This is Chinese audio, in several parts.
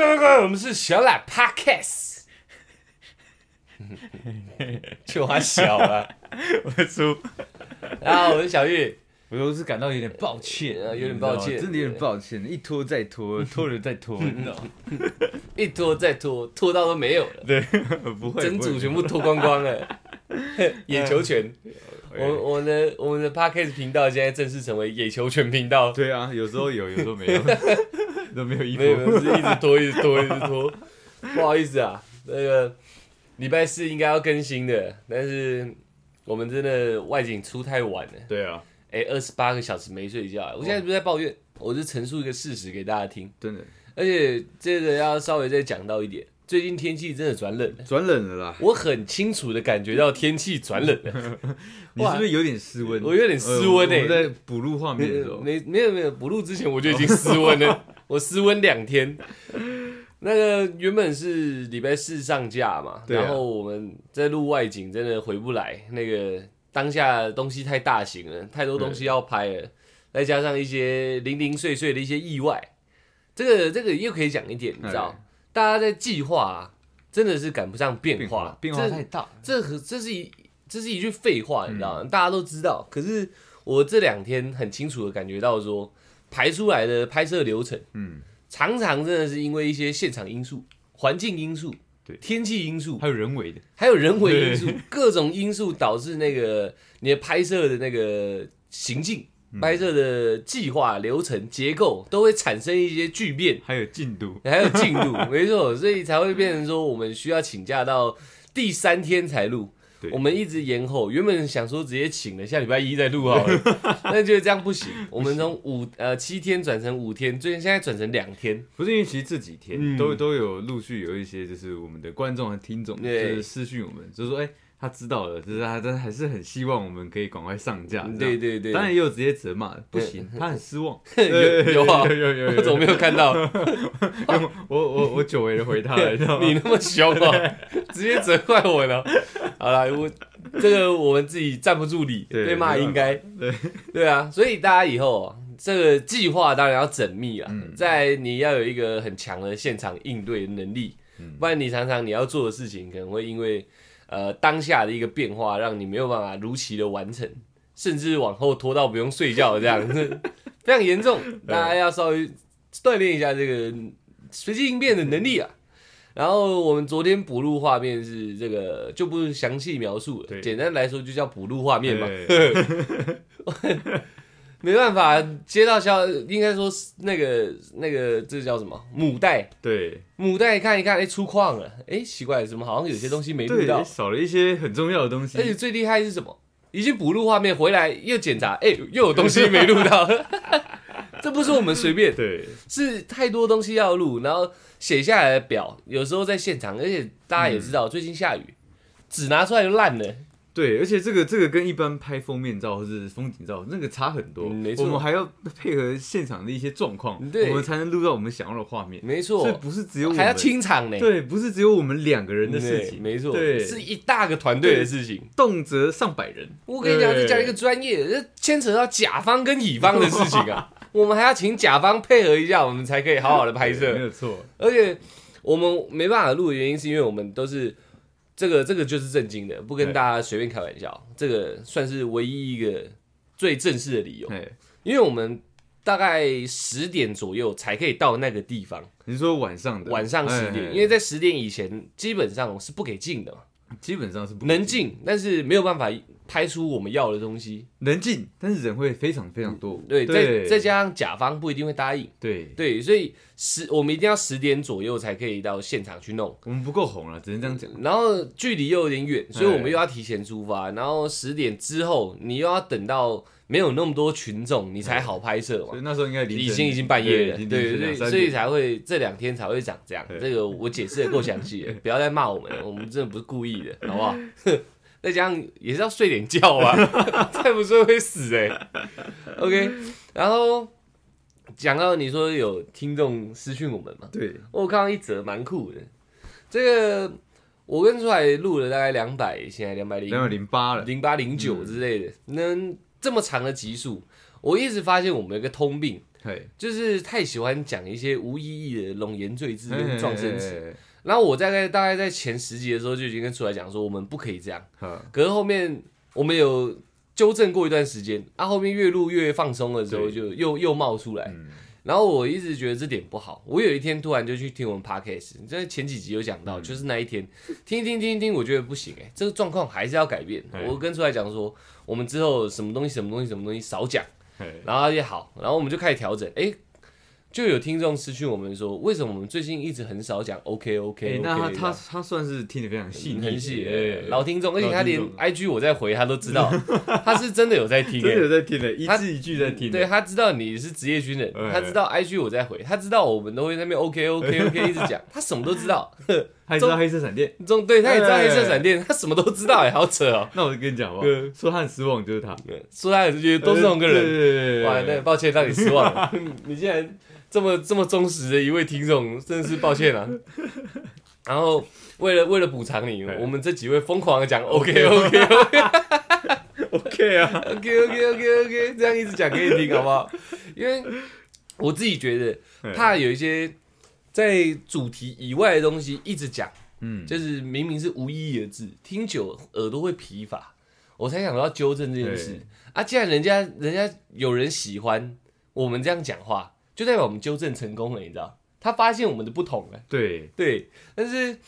我们是小懒 Podcast， 就他小了， 我是猪， 然后我是小玉， 我是感到有点抱歉， 有点抱歉， 真的有点抱歉，一拖再拖，拖了再拖，你知道吗？ 一拖再拖，拖到都没有了， 对，不会， 整组全部脱光光了，野球拳。我们的 Podcast 频道现在正式成为野球拳频道。 对啊，有时候有，有时候没有，都没有衣服， 没有，是一直拖，一直拖，一直拖。不好意思啊，那个礼拜四应该要更新的，但是我们真的外景出太晚了。 对啊 ，28个小时没睡觉。我现在不是在抱怨，我是陈述一个事实给大家听。 真的。 而且这个要稍微再讲到一点，最近天气真的转冷了， 转冷了啦。 我很清楚的感觉到天气转冷了。 你是不是有点失温？ 我有点失温我们在补录画面的时候， 没有补录之前我就已经失温了，我失温2天。那个原本是礼拜四上架嘛，然后我们在录外景，真的回不来。那个当下东西太大型了，太多东西要拍了，再加上一些零零碎碎的一些意外，这个又可以讲一点，你知道，大家在计划啊，真的是赶不上变化， 变化太大。 这是一句废话，你知道吗？大家都知道，可是我这2天很清楚的感觉到说，排出来的拍摄流程，常常真的是因为一些现场因素、环境因素、天气因素， 还有人为的， 因素，各种因素导致那个你的拍摄的那个行径、拍摄的计划、流程、结构都会产生一些巨变， 还有进度， 没错，所以才会变成说我们需要请假到第3天才录。我们一直延后，原本想说直接请了，下礼拜1再录好了，但觉得这样不行。我们从7天转成5天，最近现在转成2天。 不是因为其实这几天都有陆续有一些就是我们的观众和听众就是私讯我们，就是说他知道了，就是他还是很希望我们可以赶快上架。 对， 当然也有直接责骂，不行，他很失望。 有，我怎么没有看到？ 我久违的回他了， 你那么凶哦，直接责怪我呢？好啦，这个我们自己站不住理，被骂应该。对啊，所以大家以后这个计划当然要缜密啊，在你要有一个很强的现场应对能力，不然你常常你要做的事情可能会因为当下的一个变化，让你没有办法如期的完成，甚至往后拖到不用睡觉这样子，非常严重。大家要稍微锻炼一下这个随机应变的能力啊。然后我们昨天补录画面是这个就不详细描述了，简单来说就叫补录画面嘛。没办法，接到应该说那个这叫什么母带？对，母带看一看，出矿了，奇怪，怎么好像有些东西没录到， 少了一些很重要的东西。 而且最厉害是什么？已经补录画面回来又检查，又有东西没录到。这不是我们随便，是太多东西要录，然后写下来的表，有时候在现场，而且大家也知道，最近下雨，纸拿出来就烂了。 对，而且这个跟一般拍封面照或是风景照那个差很多， 没错， 我们还要配合现场的一些状况，我们才能录到我们想要的画面。 没错， 所以不是只有我们还要清场呢。 对，不是只有我们2个人的事情， 没错， 对， 是一大个团队的事情， 动辄上百人。 我跟你讲，这叫一个专业，这牵扯到甲方跟乙方的事情啊。我们还要请甲方配合一下，我们才可以好好的拍摄。 没有错， 而且我们没办法录的原因，是因为我们都是这个就是正经的，不跟大家随便开玩笑。这个算是唯一一个最正式的理由，因为我们大概10点左右才可以到那个地方。 你是说晚上 10点，因为在10点以前基本上是不给进的嘛。 基本上是不能进，但是没有办法拍出我们要的东西。 能进，但是人会非常非常多。 对，再加上甲方不一定会答应。对，所以我们一定要10点左右才可以到现场去弄。 我们不够红了，只能这样讲。 然后距离又有点远，所以我们又要提前出发。然后10点之后，你又要等到没有那么多群众，你才好拍摄嘛。 所以那时候应该已经半夜了，对，所以才会这2天才会长这样。这个我解释的够详细了，不要再骂我们了，我们真的不是故意的，好不好？再加上也是要睡点觉啊，再不睡会死OK， 然后讲到你说有听众私讯我们嘛？ 对， 我看到一则蛮酷的，这个我跟出来录了大概200，现在 208了 ，0809之类的，能这么长的集数，我一直发现我们有个通病， 就是太喜欢讲一些无意义的冗言赘字跟撞声词。然后我大概在前10集的时候就已经跟出来讲说，我们不可以这样。可是后面我们有纠正过一段时间，后面越录越放松的时候，就又冒出来。然后我一直觉得这点不好。我有一天突然就去听我们 podcast， 在前几集有讲到，就是那一天听，我觉得不行这个状况还是要改变。我跟出来讲说，我们之后什么东西少讲，然后也好，然后我们就开始调整。就有听众私讯我们说，为什么我们最近一直很少讲 OK？ 那他算是听得非常细腻， 很细老听众，而且他连 IG 我在回他都知道，他是真的有在听， 真的有在听的，一字一句在听。 对，他知道你是职业军人，他知道 IG 我在回，他知道我们都会在那边 OK 一直讲，他什么都知道。 他也知道黑色闪电， 对，他也知道黑色闪电，他什么都知道，好扯哦。 那我就跟你讲吧，说他很失望就是他， 说他很觉得都是同个人。 对， 哇，那抱歉让你失望了，你竟然这么忠实的一位听众，真的是抱歉啊。然后为了补偿你，我们这几位疯狂的讲 OK 啊 OK， 这样一直讲给你听好不好？因为我自己觉得怕有一些在主题以外的东西一直讲，就是明明是无意义的字，听久耳朵会疲乏，我才想要纠正这件事啊。既然人家有人喜欢我们这样讲话，就代表我们纠正成功了，你知道？他发现我们的不同了，对，但是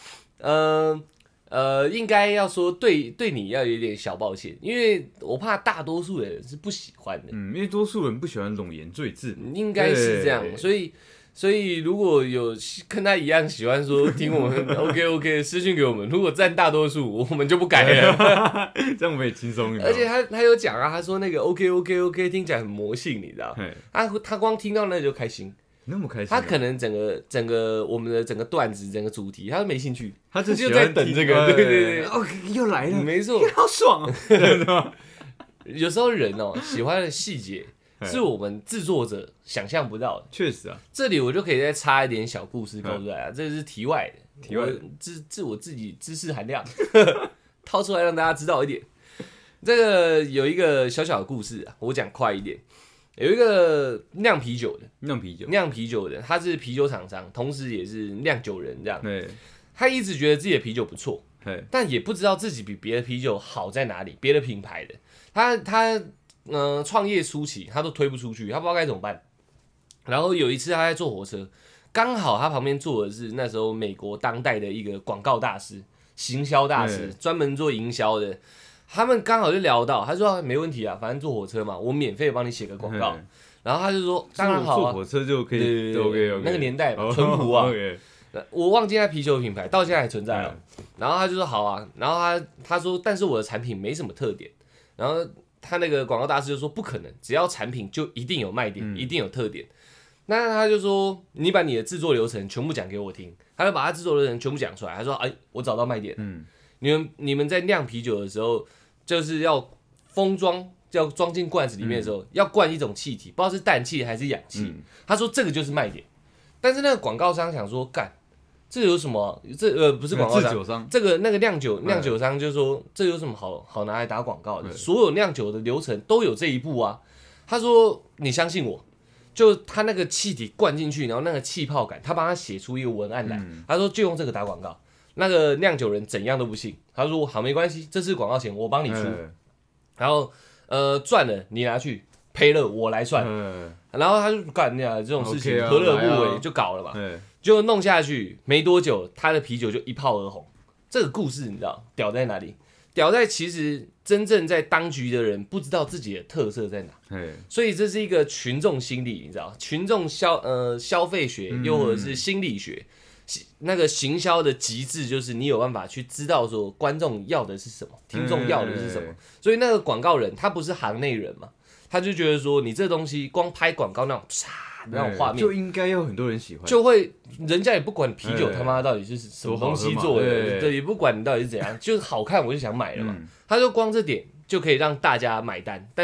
应该要说对你要有点小抱歉，因为我怕大多数的人是不喜欢的， 因为多数人不喜欢冗言赘字， 应该是这样，所以如果有跟他一样喜欢说听我们 OK 私讯给我们，如果占大多数，我们就不改了， 这样我们也轻松一点。 而且他有讲啊，他说那个 OK 听起来很魔性，你知道？他光听到那就开心。 那么开心， 他可能整个我们的整个段子、整个主题，他都没兴趣， 他就在等这个，对， 又来了， 没错， 好爽啊！ 有时候人喜欢的细节是我们制作者想象不到的， 确实啊。 这里我就可以再插一点小故事告诉大家，这是题外的，我自己知识含量掏出来让大家知道一点。这个有一个小小的故事啊，我讲快一点。有一个酿啤酒的，他是啤酒厂商，同时也是酿酒人这样。他一直觉得自己的啤酒不错，但也不知道自己比别的啤酒好在哪里，别的品牌的。他创业初期他都推不出去，他不知道该怎么办。然后有一次他在坐火车，刚好他旁边坐的是那时候美国当代的一个广告大师、行销大师，专门做营销的。他们刚好就聊到，他说没问题啊，反正坐火车嘛，我免费帮你写个广告。然后他就说当然好啊， 坐火车就可以，对 OK， 那个年代嘛，淳朴啊。我忘记他啤酒品牌到现在还存在了。然后他就说好啊，然后他说但是我的产品没什么特点。然后他那个广告大师就说不可能，只要产品就一定有卖点，一定有特点。那他就说你把你的制作流程全部讲给我听，他就把他制作流程全部讲出来。他说我找到卖点，你们在酿啤酒的时候。就是要封装，要装进罐子里面的时候，要灌一种气体，不知道是氮气还是氧气。他说这个就是卖点，但是那个广告商想说，干，这有什么？这不是广告商，这个那个酿酒商就说，这有什么好拿来打广告的？所有酿酒的流程都有这一步啊。他说你相信我，就他那个气体灌进去，然后那个气泡感，他帮他写出一个文案来。他说就用这个打广告。那个酿酒人怎样都不信，他说好没关系，这次广告钱我帮你出，然后赚了你拿去，赔了我来算，然后他就干这种事情何乐不为，就搞了嘛，就弄下去没多久，他的啤酒就一炮而红。这个故事你知道屌在哪里？屌在其实真正在当局的人不知道自己的特色在哪，所以这是一个群众心理，你知道，群众消费学又或者是心理学。那个行销的极致就是你有办法去知道说观众要的是什么，听众要的是什么，所以那个广告人他不是行内人嘛，他就觉得说你这东西光拍广告那种那种画面就应该有很多人喜欢， 就会人家也不管啤酒他妈到底是什么东西做的，对，也不管你到底是怎样，就是好看我就想买了嘛，他就光这点就可以让大家买单，但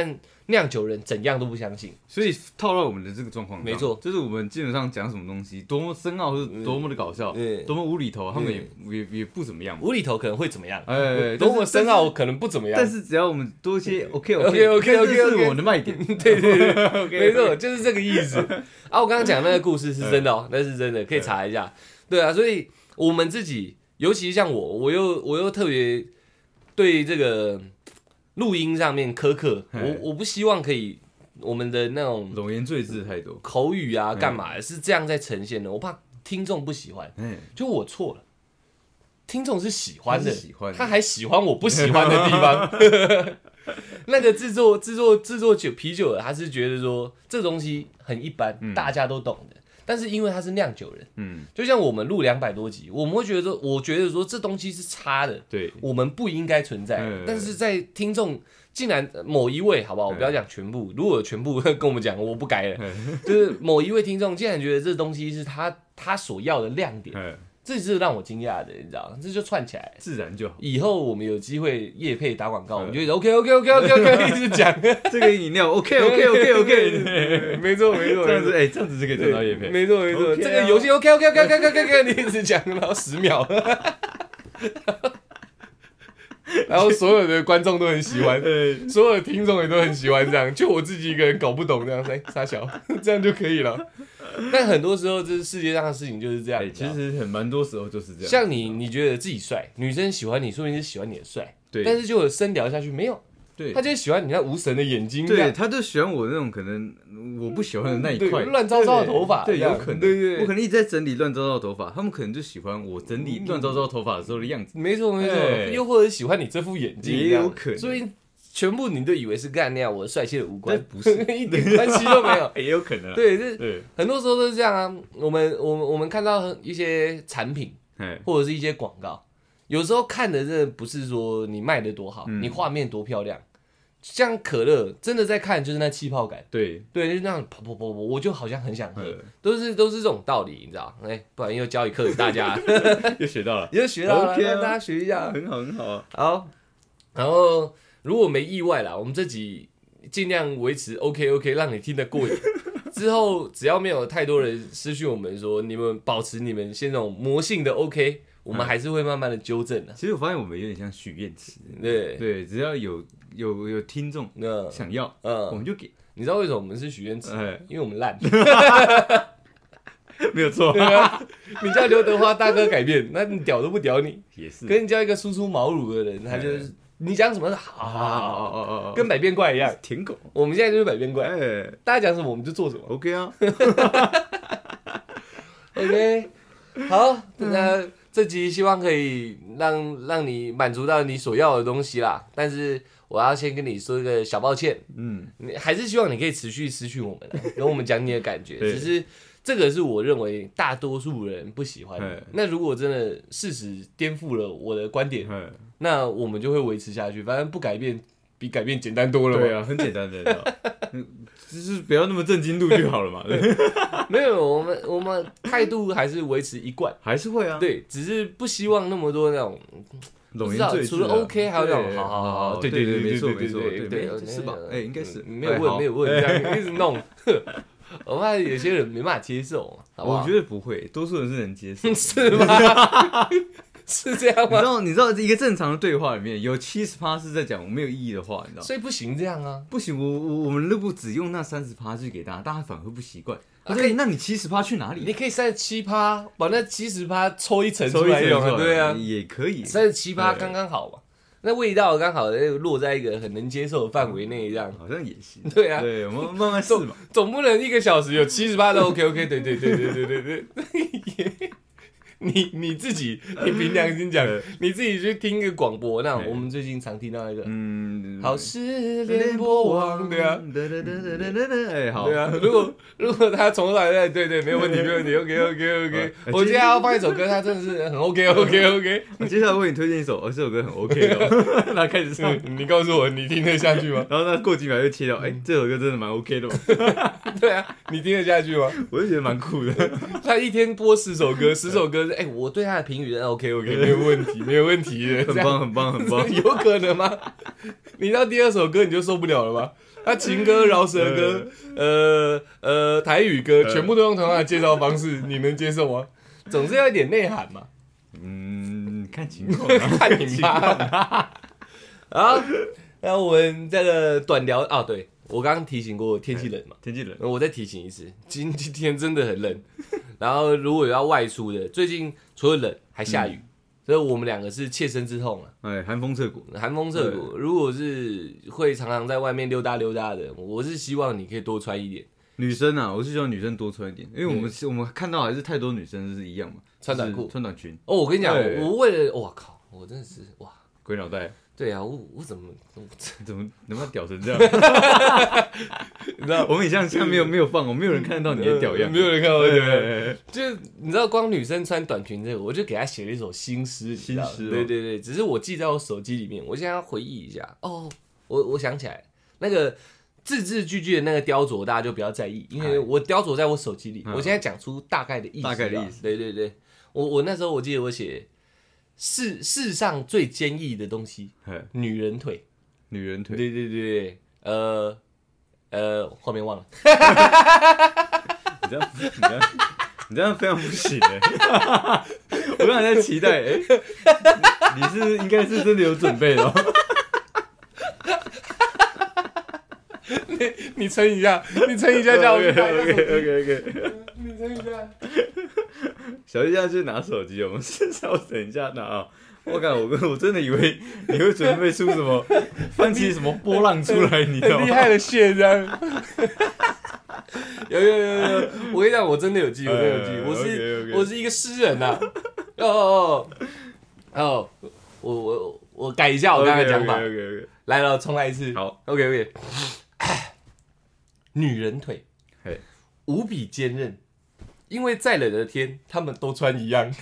酿酒人怎样都不相信。 所以套到我们的这个状况， 没错， 就是我们基本上讲什么东西，多么深奥或者多么的搞笑，多么无厘头，他们也不怎么样。 无厘头可能会怎么样？ 多么深奥可能不怎么样。 但是只要我们多一些 OK， 这是我们的卖点。 对，没错，就是这个意思。啊，我刚刚讲那个故事是真的哦，那是真的，可以查一下。对啊，所以我们自己，尤其像我又特别对这个录音上面苛刻，我不希望可以我们的那种冗言赘字太多， 口语啊干嘛是这样在呈现的，我怕听众不喜欢。就我错了，听众是喜欢的，他还喜欢我不喜欢的地方。那个制作啤酒的，他是觉得说这东西很一般，大家都懂的。但是因为他是酿酒人，就像我们录200多集，我们会觉得说，我觉得说这东西是差的， 对， 我们不应该存在。但是在听众竟然某一位，好不好？我不要讲全部，如果全部跟我们讲，我不改了。就是某一位听众竟然觉得这东西是他所要的亮点。这是让我惊讶的，你知道吗？这就串起来， 自然就好。 以后我们有机会业配打广告，我们就一直 OK， 一直讲这个饮料 OK， 没错， 这样子这样子就可以赚到业配， 没错，这个游戏 OK， 你一直讲，然后10秒，然后所有的观众都很喜欢，所有的听众也都很喜欢这样，就我自己一个人搞不懂这样，傻小，这样就可以了。但很多时候，这世界上的事情就是这样。 其实蛮多时候就是这样。 像你觉得自己帅，女生喜欢你，说明是喜欢你的帅。 对。 但是就有深聊下去，没有。对。他就喜欢你那无神的眼睛。 对，他就喜欢我那种可能我不喜欢的那一块， 乱糟糟的头发。 对，有可能。对。我可能一直在整理乱糟糟的头发，他们可能就喜欢我整理乱糟糟头发的时候的样子。 没错。又或者喜欢你这副眼睛， 也有可能。 所以。全部你都以为是干那样，我帅气的无关，不是一点关系都没有， 也有可能。 对，很多时候都是这样啊。我们看到一些产品，或者是一些广告，有时候看的这不是说你卖的多好，你画面多漂亮，像可乐，真的在看就是那气泡感，对，就是那样噗，我就好像很想喝，都是这种道理，你知道？不然又教一课给大家， 又学到了， 让大家学一下， 很好。 好，然后。如果没意外啦，我们这集尽量维持 OK， 让你听得过瘾。之后只要没有太多人私讯我们说你们保持你们现在那种魔性的 OK， 我们还是会慢慢的纠正的。 其实我发现我们有点像许愿池，对，只要有听众想要，我们就给。 你知道为什么我们是许愿池？因为我们烂。 没有错， 你叫刘德华大哥改变，那你屌都不屌你， 也是。 跟你叫一个初茅庐的人，他就是你讲什么好，跟百变怪一样， 舔狗。我们现在就是百变怪，大家讲什么我们就做什么。 OK 啊 ，OK， 好，那这集希望可以让你满足到你所要的东西啦。但是我要先跟你说一个小抱歉，你还是希望你可以持续私讯我们，跟我们讲你的感觉，只是。这个是我认为大多数人不喜欢的。那如果真的事实颠覆了我的观点，那我们就会维持下去。反正不改变比改变简单多了嘛。 对啊，很简单的，就是不要那么正经度就好了嘛。 没有，我们态度还是维持一贯， 还是会啊。 对，只是不希望那么多那种。 不知道， 除了 OK 还有那种好，对， 没错， 是吧？ 应该是没有问，这样一直弄。我怕有些人没办法接受， 我觉得不会，多数人是能接受， 是吗？是这样吗？ 你知道一个正常的对话里面有70%是在讲没有意义的话，你知道吗？ 所以不行这样啊， 不行，我们如果只用那30%去给大家反而不习惯。那你70%去哪里？ 你可以37%，把那70%抽一层出来用，对啊， 也可以。 37%刚刚好嘛。那味道刚好落在一个很能接受的范围内，这样好像也行。 对啊， 对，我们慢慢试嘛。 总不能1个小时有70%都 OK， 对。你自己，你凭良心讲，你自己去听一个广播，那我们最近常听到一个，好事联播网，对啊， 好， 对啊，如果他从头到尾，对，没有问题，OK， 我接下来要放一首歌，他真的是很 OK， 我接下来为你推荐一首，这首歌很 OK 的，那开始唱， 你告诉我你听得下去吗？ 然后那过几秒就切掉，这首歌真的蛮 OK 的， 对啊，你听得下去吗？ 我就觉得蛮酷的， 他一天播10首歌。我对他的评语 OK， 没有问题的， 很棒， 有可能吗？你到第2首歌你就受不了了吗？ 他情歌、饶舌歌、台语歌，全部都用同样的介绍方式，你能接受吗？总是要一点内涵嘛。 看情况， 看你妈。好，那我们这个短聊啊，对我刚刚提醒过天气冷嘛， 天气冷， 我再提醒一次，今天真的很冷。然后如果有要外出的，最近除了冷还下雨，所以我们两个是切身之痛了。 寒风彻骨， 寒风彻骨。如果是会常常在外面溜达溜达的，我是希望你可以多穿一点。 女生啊，我是希望女生多穿一点，因为我们看到还是太多女生是一样嘛， 穿短裤、 穿短裙。 哦，我跟你讲，我为了，哇靠，我真的是哇， 鬼脑袋。 对啊，我怎么能不能屌成这样？你知道，我们像没有放，没有人看得到你的屌样， 没有人看到我的屌。就你知道，光女生穿短裙这个，我就给她写了一首新诗。新诗，对对对，只是我记在我手机里面，我现在要回忆一下。哦，我想起来，那个字字句句的那个雕琢，大家就不要在意，因为我雕琢在我手机里。我现在讲出大概的意思。大概的意思。对对对，我那时候我记得我写。世上最坚毅的东西，女人腿， 女人腿， 对对对，后面忘了。 你这样非常不行我刚才在期待，你应该是真的有准备的。 你撑一下，叫我 OK， 你撑一下。 小弟现在去拿手机，我们稍等一下拿啊！我真的以为你会准备出什么翻起什么波浪出来，你知道吗？ 很厉害的线这样。有，我跟你讲，我真的有记，我是一个诗人呐。我改一下我刚才的讲法。来了，重来一次。 好 ，OK。女人腿，无比坚韧。因为再冷的天，他们都穿一样。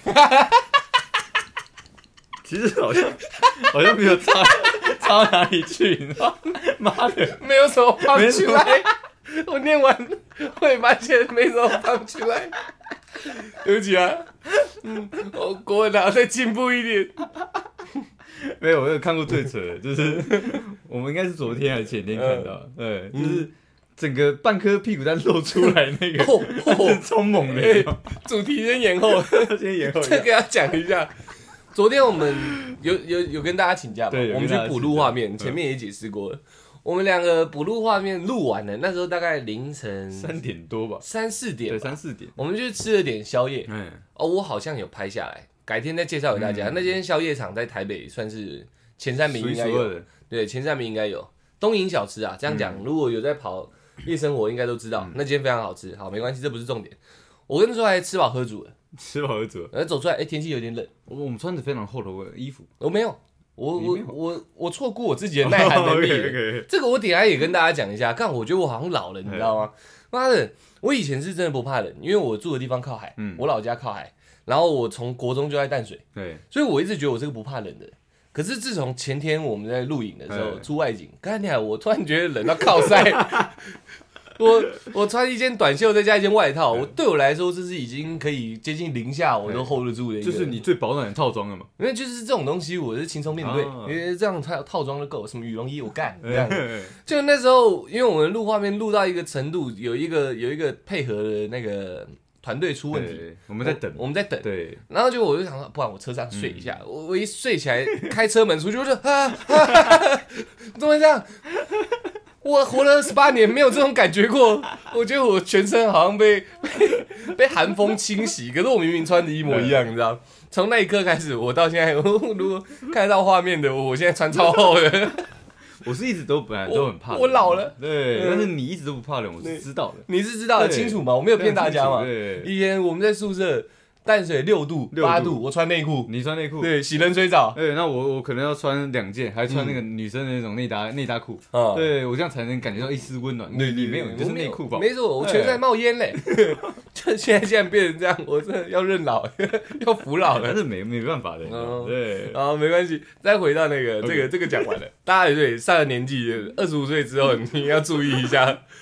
其实好像没有差哪里去，你知道吗？妈的， 没有什么放出来。我念完会发现没什么放出来。对不起啊，我国文脑再进步一点。 没有，我有看过最扯的，就是我们应该是昨天还是前天看到，对，就是。整个半颗屁股蛋露出来那个，是超猛的。 主题先延后，这个要讲一下。昨天我们有跟大家请假嘛？我们去补录画面，前面也解释过了。我们两个补录画面录完了，那时候大概凌晨 3点多吧 ，3、4点， 对，3、4点。 我们就吃了点宵夜。我好像有拍下来，改天再介绍给大家。那间宵夜场在台北算是前3名应该有，对，前3名应该有。东营小吃啊，这样讲，如果有在跑夜生活应该都知道，那间非常好吃。好，没关系，这不是重点。我跟你说，还吃饱喝足了，走出来，天气有点冷。 我们穿着非常厚的衣服。 我没有，我错估我自己的耐寒能力了。这个我等一下也跟大家讲一下。看，我觉得我好像老了，你知道吗？妈的，我以前是真的不怕冷，因为我住的地方靠海，我老家靠海，然后我从国中就在淡水，所以我一直觉得我是个不怕冷的人。可是自从前天我们在录影的时候出外景，刚才我突然觉得冷到靠塞。我穿一件短袖再加一件外套，对我来说这是已经可以接近零下我都 hold 得住的一个， 就是你最保暖的套装了嘛。 因为就是这种东西我是轻松面对，因为这样套装就够，什么羽绒衣我干这样。就那时候，因为我们录画面录到一个程度，有一个配合的那个团队出问题， 我们在等， 对，然后就我就想说，不然我车上睡一下。我一睡起来，开车门出去，我就怎么会这样？我活了28年，没有这种感觉过。我觉得我全身好像被寒风侵袭，可是我明明穿的一模一样，你知道？从那一刻开始，我到现在，如果看得到画面的，我现在穿超厚的。 我是一直本来都很怕冷， 我老了， 对，但是你一直都不怕冷，我是知道的。 你是知道的清楚吗？我没有骗大家嘛。以前我们在宿舍。淡水6度8度，我穿内裤， 你穿内裤， 对，洗冷水澡。 对，那我可能要穿2件，还穿那个女生的那种内搭裤，对我这样才能感觉到一丝温暖。你没有，你就是内裤吧？ 没错，我全身在冒烟嘞。就现在竟然变成这样，我真的要认老，要服老了。 但是没办法的，对。 没关系，再回到那个这个讲完了，大家也对上了年纪，25岁之后你要注意一下。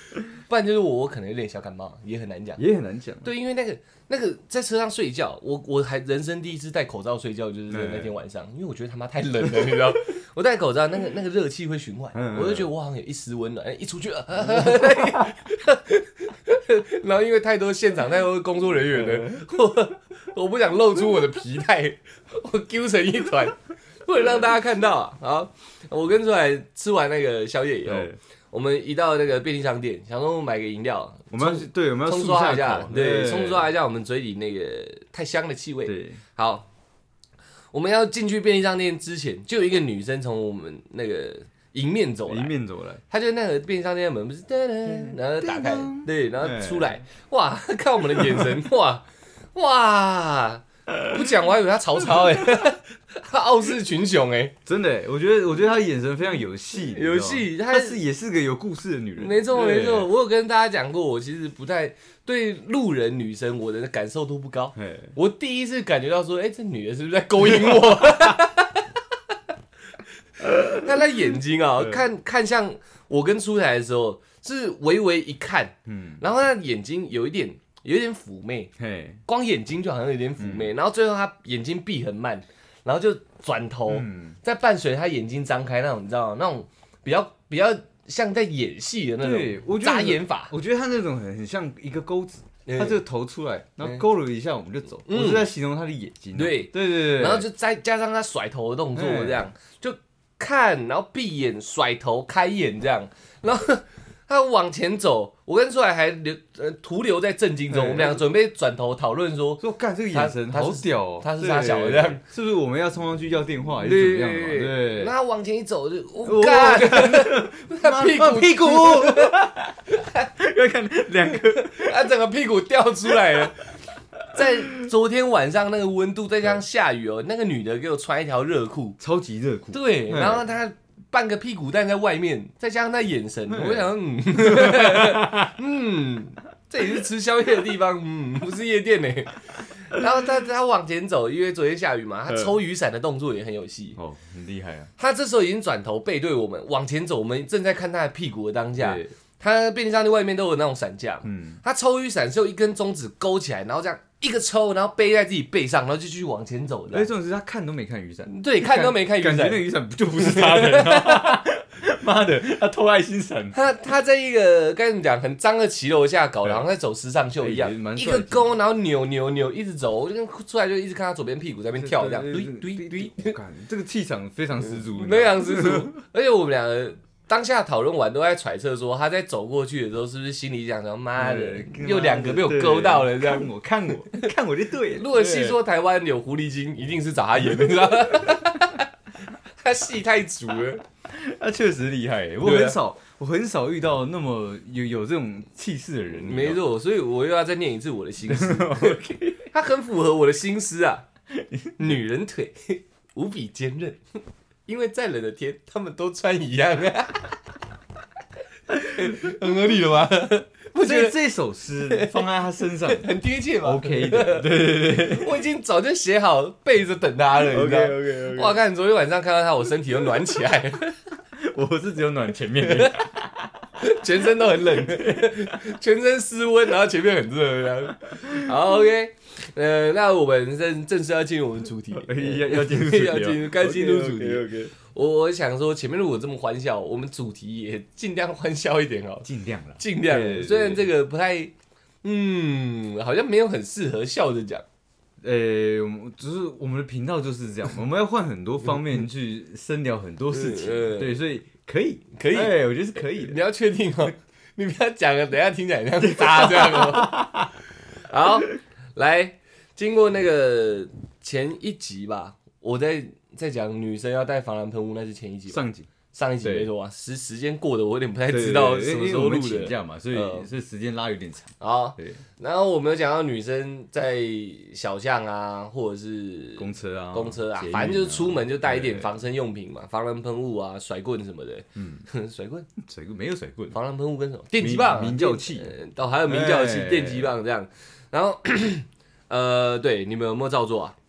不然就是我可能有点小感冒，也很难讲。 也很难讲。 对，因为那个在车上睡觉，我还人生第一次戴口罩睡觉，就是在那天晚上，因为我觉得他妈太冷了，你知道，我戴口罩那个热气会循环，我就觉得我好像有一丝温暖，一出去，然后因为太多现场太多工作人员了，我不想露出我的疲态，我揪成一团，不能让大家看到啊。好，我跟出来吃完那个宵夜以后。我们一到那个便利商店，想说买个饮料， 我们要冲刷一下，对，冲刷一下我们嘴里那个太香的气味。 对， 好，我们要进去便利商店之前，就有一个女生从我们那个迎面走来，她就那个便利商店的门不是，然后打开，对，然后出来，哇，看我们的眼神，哇。不讲我还以为他曹操他傲视群雄真的我觉得他眼神非常有戏，她也是个有故事的女人。 没错，我有跟大家讲过，我其实不太对路人女生我的感受度不高。我第一次感觉到说，这女的是不是在勾引我？她的眼睛啊，看向我跟出台的时候，是微微一看，然后她的眼睛有一点妩媚，光眼睛就好像有点妩媚，然后最后他眼睛闭很慢，然后就转头，再伴随他眼睛张开那种，你知道吗？那种比较像在演戏的那种眨眼法。 我觉得他那种很像一个钩子，他这个头出来，然后勾了一下我们就走。我是在形容他的眼睛。对， 然后就再加上他甩头的动作，这样就看，然后闭眼甩头开眼这样，然后。他往前走，我跟出来还徒留在震惊中。我们两个准备转头讨论说， 干这个眼神好屌哦， 他是傻小的这样， 是不是我们要冲上去要电话还是怎么样嘛？对， 那他往前一走就，干，他屁股， 要看两个， 他整个屁股掉出来了。在昨天晚上那个温度，再加上下雨那个女的给我穿一条热裤， 超级热裤， 对，然后她。半个屁股蛋在外面，再加上那眼神，我想，这里是吃宵夜的地方，不是夜店呢。然后他往前走，因为昨天下雨嘛，他抽雨伞的动作也很有戏， 很厉害啊。 他这时候已经转头背对我们往前走，我们正在看他的屁股的当下，他便利商店外面都有那种伞架，他抽雨伞是用一根中指勾起来，然后这样。一个抽，然后背在自己背上，然后就继续往前走。 这种是他看都没看雨伞， 对，看都没看雨伞， 感觉那雨伞就不是他的。妈的，他偷爱心伞。 他在一个该怎么讲，很脏的骑楼下搞，然后在走时尚秀一样，一个勾，然后扭，一直走。我就出来就一直看他左边屁股在那边跳，这样，对， 这个气场非常十足， 非常十足。而且我们两个。当下讨论完都在揣测说他在走过去的时候是不是心里想说妈的又两个被我勾到了这样看我就对了。 如果细说台湾有狐狸精一定是找他演的，你知道吗？他戏太足了， 他确实厉害。我很少遇到那么有这种气势的人。 没错，所以我又要再念一次我的心思。他很符合我的心思啊，女人腿无比坚韧。因为再冷的天，他们都穿一样，很合理的吗？ 不觉得这首诗放在他身上很贴切吗 ？OK 的，对， 我已经早就写好背着等他了，你知道 ？OK。 哇，看昨天晚上看到他，我身体都暖起来了。 我是只有暖前面的， 全身都很冷，全身失温，然后前面很热，这样。好 ，OK。那我们正式要进入我们主题， 要进入， 该进入主题。 Okay. 我想说，前面如果这么欢笑，我们主题也尽量欢笑一点哦， 尽量。 虽然这个不太，好像没有很适合笑着讲。 只是我们的频道就是这样，我们要换很多方面去深聊很多事情，对，所以可以，我觉得是可以的。 你要确定哦，你不要讲了，等一下听起来像渣这样哦。好。来，经过那个前一集吧，我在讲女生要带防狼喷雾，那是前一集吧，上一集没错啊。时间过得我有点不太知道什么时候录的， 请假嘛，所以时间拉有点长。 好，然后我们有讲到女生在小巷啊，或者是公车啊， 反正就是出门就带一点防身用品嘛，防狼喷雾啊、甩棍什么的。甩棍没有甩棍， 防狼喷雾跟什么电击棒、 鸣叫器， 还有鸣叫器、电击棒这样。然后，对，你们有没有照做啊？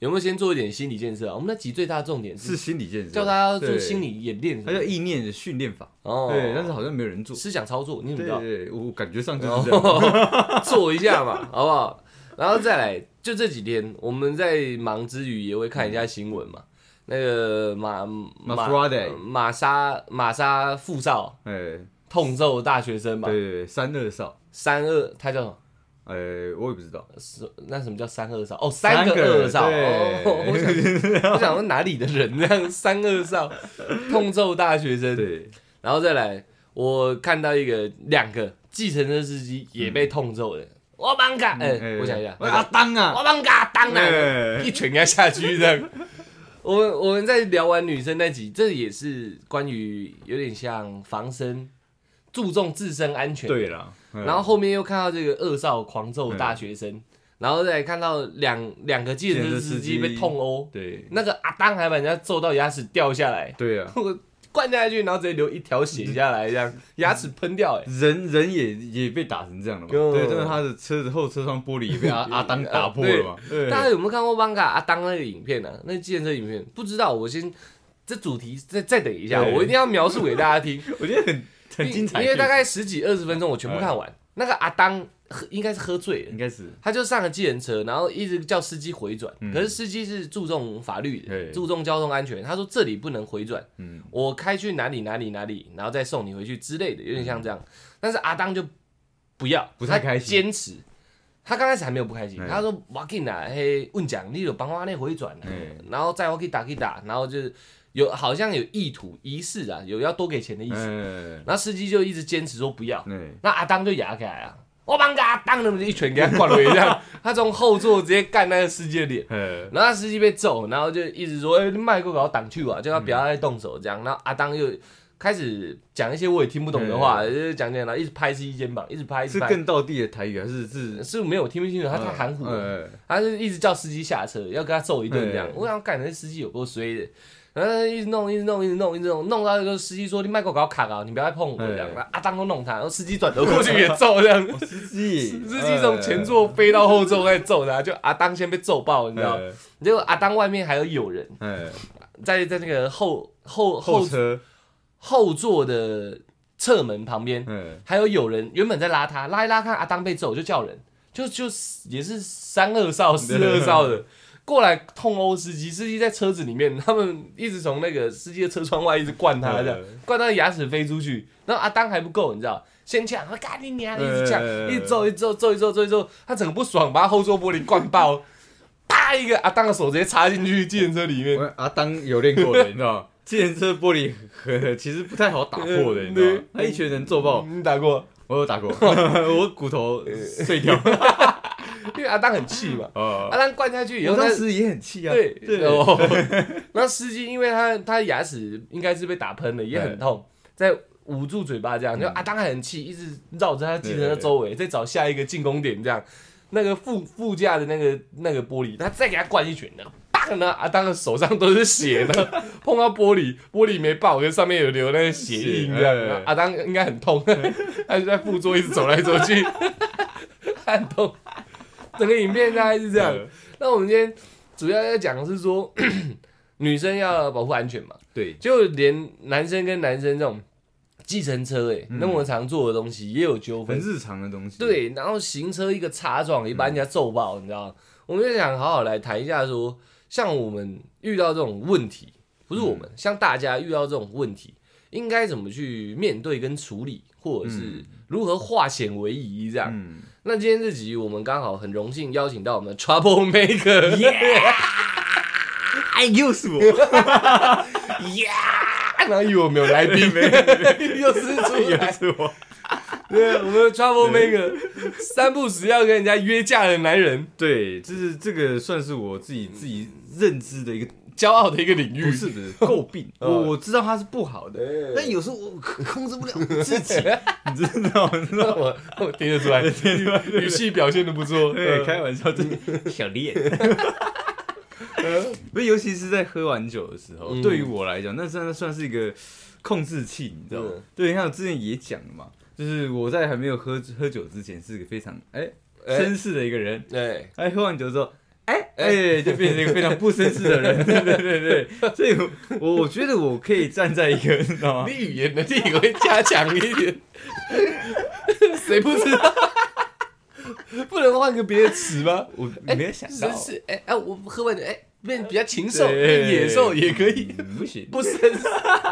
有没有先做一点心理建设啊？我们那集最大的重点是心理建设， 叫大家要做心理演练， 它叫意念的训练法。对，但是好像没有人做。 思想操作，你怎么知道？ 对，我感觉上就是这样， 做一下嘛，好不好？然后再来，就这几天我们在忙之余也会看一下新闻嘛。那个玛莎富少，痛揍大学生嘛。 对，32少 ，32他叫什么？ 我也不知道。 那什么叫32少？哦，3个2少。我想说哪里的人这样32少痛揍大学生？ 对。 然后再来，我看到2个计程车司机也被痛揍的。我帮他，我想一下， 阿当啊， 我帮他当啊，一拳给他下去这样。我们在聊完女生那集，这也是关于有点像防身，注重自身安全。 对啦， 然后后面又看到这个2少狂揍大学生，然后再看到两个计程车司机被痛殴， 对， 那个阿当还把人家揍到牙齿掉下来， 对啊， 灌下去，然后直接流一条血下来，这样牙齿喷掉， 人也被打成这样了嘛？对，但是他的车子后车窗玻璃也被阿当打破了嘛？ 大家有没有看过邦卡阿当那个影片呢？那计程车影片不知道，我先这主题再等一下，我一定要描述给大家听。 我觉得很精彩， 因为大概10几20分钟我全部看完。那个阿当应该是喝醉了， 应该是他就上了计程车，然后一直叫司机回转，可是司机是注重法律的，注重交通安全，他说这里不能回转，我开去哪里，然后再送你回去之类的，有点像这样。但是阿当就不太开心， 坚持。他刚开始还没有不开心，他说我紧啦，嘿，问讲你有帮我那回转，然后再我去打，然后就是好像有意图仪式啊，有要多给钱的意思。然后司机就一直坚持说不要，那阿当就压起来啊，我帮阿当那么一拳给他灌回这样，他从后座直接干那个司机的脸，然后司机被揍，然后就一直说，你麦克给我挡去啊，叫他不要再动手这样。然后阿当又开始讲一些我也听不懂的话，就是讲，然后一直拍司机肩膀，一直拍， 是更道地的台语还是没有听不清楚，他太含糊了，他就一直叫司机下车，要跟他揍一顿这样。我想干，那司机有够衰的。然后一直弄到那个司机说：“你麦克搞卡啊，你不要再碰我这样。”阿当都弄他，然后司机转头过去也揍这样。 司机从前座飞到后座开始揍他，就阿当先被揍爆，你知道？结果阿当外面还有人，在那个后车后座的侧门旁边，还有人原本在拉他，拉一拉看阿当被揍，就叫人，就也是32少、42少的。过来痛殴司机，司机在车子里面，他们一直从那个司机的车窗外一直灌他，这样灌到牙齿飞出去。然后阿当还不够，你知道，先呛，我干你娘，一直呛，一直揍，他整个不爽，把后座玻璃灌爆，啪一个阿当的手直接插进去计程车里面。 阿当有练过的，你知道吗？计程车玻璃其实不太好打破的，你知道吗？他一拳能揍爆。 你打过？ 我有打过，我骨头碎掉。 因为阿当很气嘛，阿当灌下去以后， 我当时也很气啊。 对，然后司机因为他牙齿应该是被打喷了，也很痛，在捂住嘴巴这样，就阿当还很气，一直绕着他计程车周围，再找下一个进攻点这样。那个副驾的那个玻璃，他再给他灌一拳的，砰！呢，阿当的手上都是血呢，碰到玻璃没爆，跟上面有留那个血印这样。阿当应该很痛，他就在副座一直走来走去，很痛。整个影片大概是这样。那我们今天主要要讲的是说，女生要保护安全嘛。 对， 就连男生跟男生这种计程车，那么常做的东西也有纠纷， 很日常的东西。 对，然后行车一个擦撞，也把人家揍爆，你知道吗？我们就想好好来谈一下说，像我们遇到这种问题，不是我们，像大家遇到这种问题，应该怎么去面对跟处理，或者是如何化险为夷这样。那今天这集我们刚好很荣幸邀请到我们的 Trouble Maker， 又是我， 然后以为我没有来宾，又是我，对，我们的 Trouble Maker， 三不时要跟人家约架的男人， 对，这个算是我自己认知的一个骄傲的一个领域， 不是诟病。我知道它是不好的，但有时候我控制不了自己，你知道吗？ 我听得出来，语气表现的不错。 对，开玩笑，真的小练。尤其是在喝完酒的时候，对于我来讲，那真的算是一个控制器，你知道吗？对，你看我之前也讲了嘛，就是我在还没有喝酒之前是个非常绅士的一个人。 对， 喝完酒之后。 就变成一个非常不绅士的人，对，所以我觉得我可以站在一个，你知道吗？ 你语言能力会加强一点，谁不知道？不能换个别的词吗？ 我没有想到， 绅士，我喝完变比较禽兽，变野兽也可以， 不行， 不绅士。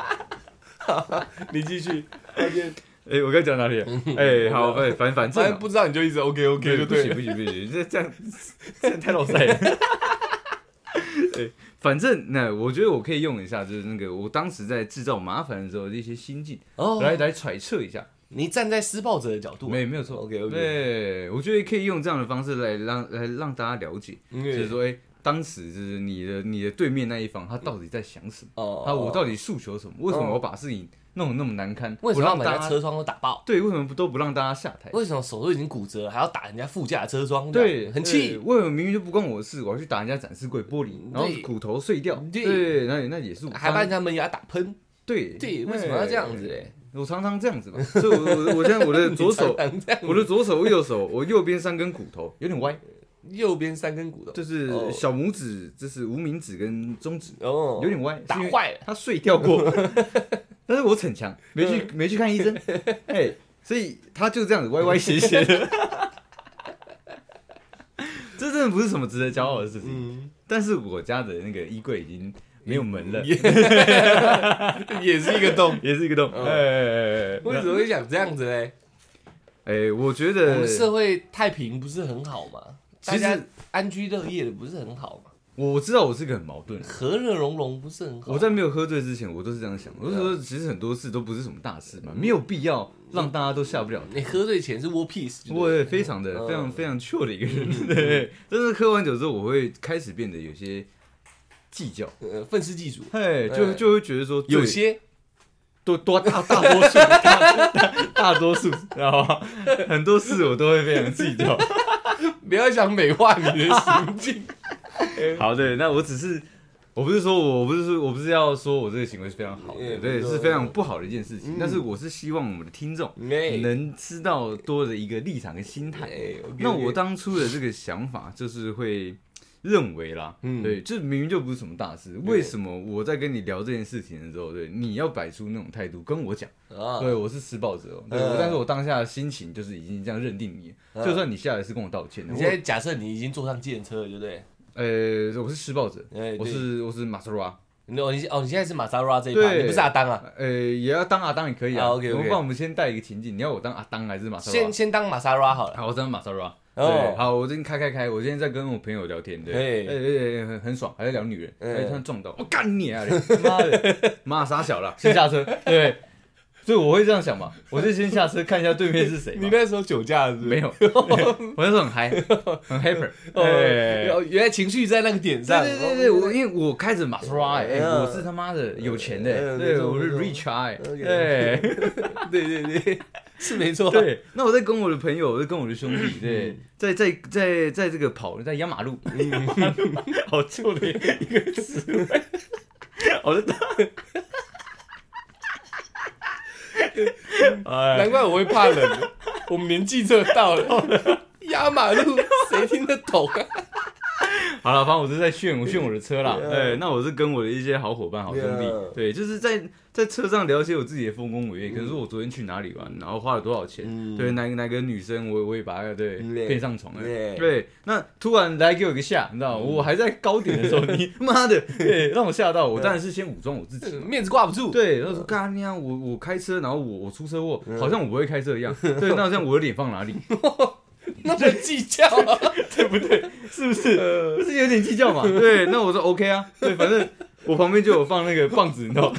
你继续。 我刚讲哪里了？好，反正不知道你就一直 OK 就对了。 不行，这样太老塞了。反正我觉得我可以用一下，就是那个我当时在制造麻烦的时候的一些心境，来揣测一下。 你站在施暴者的角度， 没有错。 OK， 对，我觉得可以用这样的方式来让大家了解，就是说，当时就是你的对面那一方，他到底在想什么？我到底诉求什么？为什么我把事情弄得那么难堪？ 为什么要把人家车窗都打爆？ 对，为什么都不让大家下台？ 为什么手都已经骨折了，还要打人家副驾的车窗？ 对， 很气。 为什么明明就不关我的事，我要去打人家展示柜玻璃，然后骨头碎掉？对，那也是我。 还把人家门牙打喷？ 对， 为什么要这样子？ 我常常这样子嘛，所以我现在我的左手，右手，我右边3根骨头有点歪。 右边3根骨头， 就是小拇指，这是无名指跟中指，有点歪， 打坏了， 它碎掉过。但是我逞强，没去看医生，所以他就这样子歪斜的。这真的不是什么值得骄傲的事情。但是我家的那个衣柜已经没有门了， 也是一个洞， 为什么会想这样子嘞？ 我觉得我们社会太平不是很好吗？大家安居乐业的不是很好吗？ 我知道我是个很矛盾的， 和乐融融不是很好。 我在没有喝醉之前，我都是这样想。我就说，其实很多事都不是什么大事嘛，没有必要让大家都下不了台。 你喝醉前是 war peace， 我也非常 chill 的一个人，对。但是喝完酒之后，我会开始变得有些计较， 愤世嫉俗， 就会觉得说， 有些大多数，知道吗？很多事我都会非常计较。 不要想美化你的行径。 好的，那我不是要说我这个行为是非常好的，对，是非常不好的一件事情。但是我是希望我们的听众能知道多的一个立场跟心态。那我当初的这个想法就是会认为啦，对，这明明就不是什么大事，为什么我在跟你聊这件事情的时候，对，你要摆出那种态度跟我讲，对，我是施暴者，对，但是我当下的心情就是已经这样认定你，就算你下来是跟我道歉的， 你现在假设你已经坐上计程车了，对不对？ 我是施暴者，我是马萨拉。 你现在是马萨拉这一趴，你不是阿当啊？ 也要当阿当也可以啊。 OK， 不然我们先带一个情境，你要我当阿当还是马萨拉？ 先当马萨拉好了。 好，我当马萨拉。对，好，我今天开，我今天在跟我朋友聊天，对，很爽，还在聊女人，突然撞到，我干你啊！妈的，妈傻小了，先下车，对。所以我会这样想嘛，我就先下车看一下对面是谁。 你那时候酒驾是不是？ 没有，我那时候很嗨，很 hyper。 原来情绪在那个点上。 对，因为我开着玛莎拉，我是他妈的有钱的，对，我是 rich guy。 对，是没错。 对，那我在跟我的朋友，我在跟我的兄弟，对，在这个跑，在压马路，好旧的一个词汇，好的。 难怪我会怕冷，我们年纪这到了，压马路谁听得懂啊？ 好了，反正我是在炫我的车啦。对，那我是跟我的一些好伙伴、好兄弟，对，就是在车上聊一些我自己的丰功伟业，可能说我昨天去哪里玩，然后花了多少钱，对，哪个女生我也把她骗上床了，对，那突然来给我一个吓，你知道吗？我还在高点的时候，你妈的，对，让我吓到，我当然是先武装我自己， 面子挂不住， 对，然后说干你啊，我开车，然后我出车祸，好像我不会开车一样，对，那这样我的脸放哪里？ 那么计较啊， 对不对？是不是？不是有点计较嘛？对，那我说 OK 啊，对，反正我旁边就有放那个棒子，你知道吗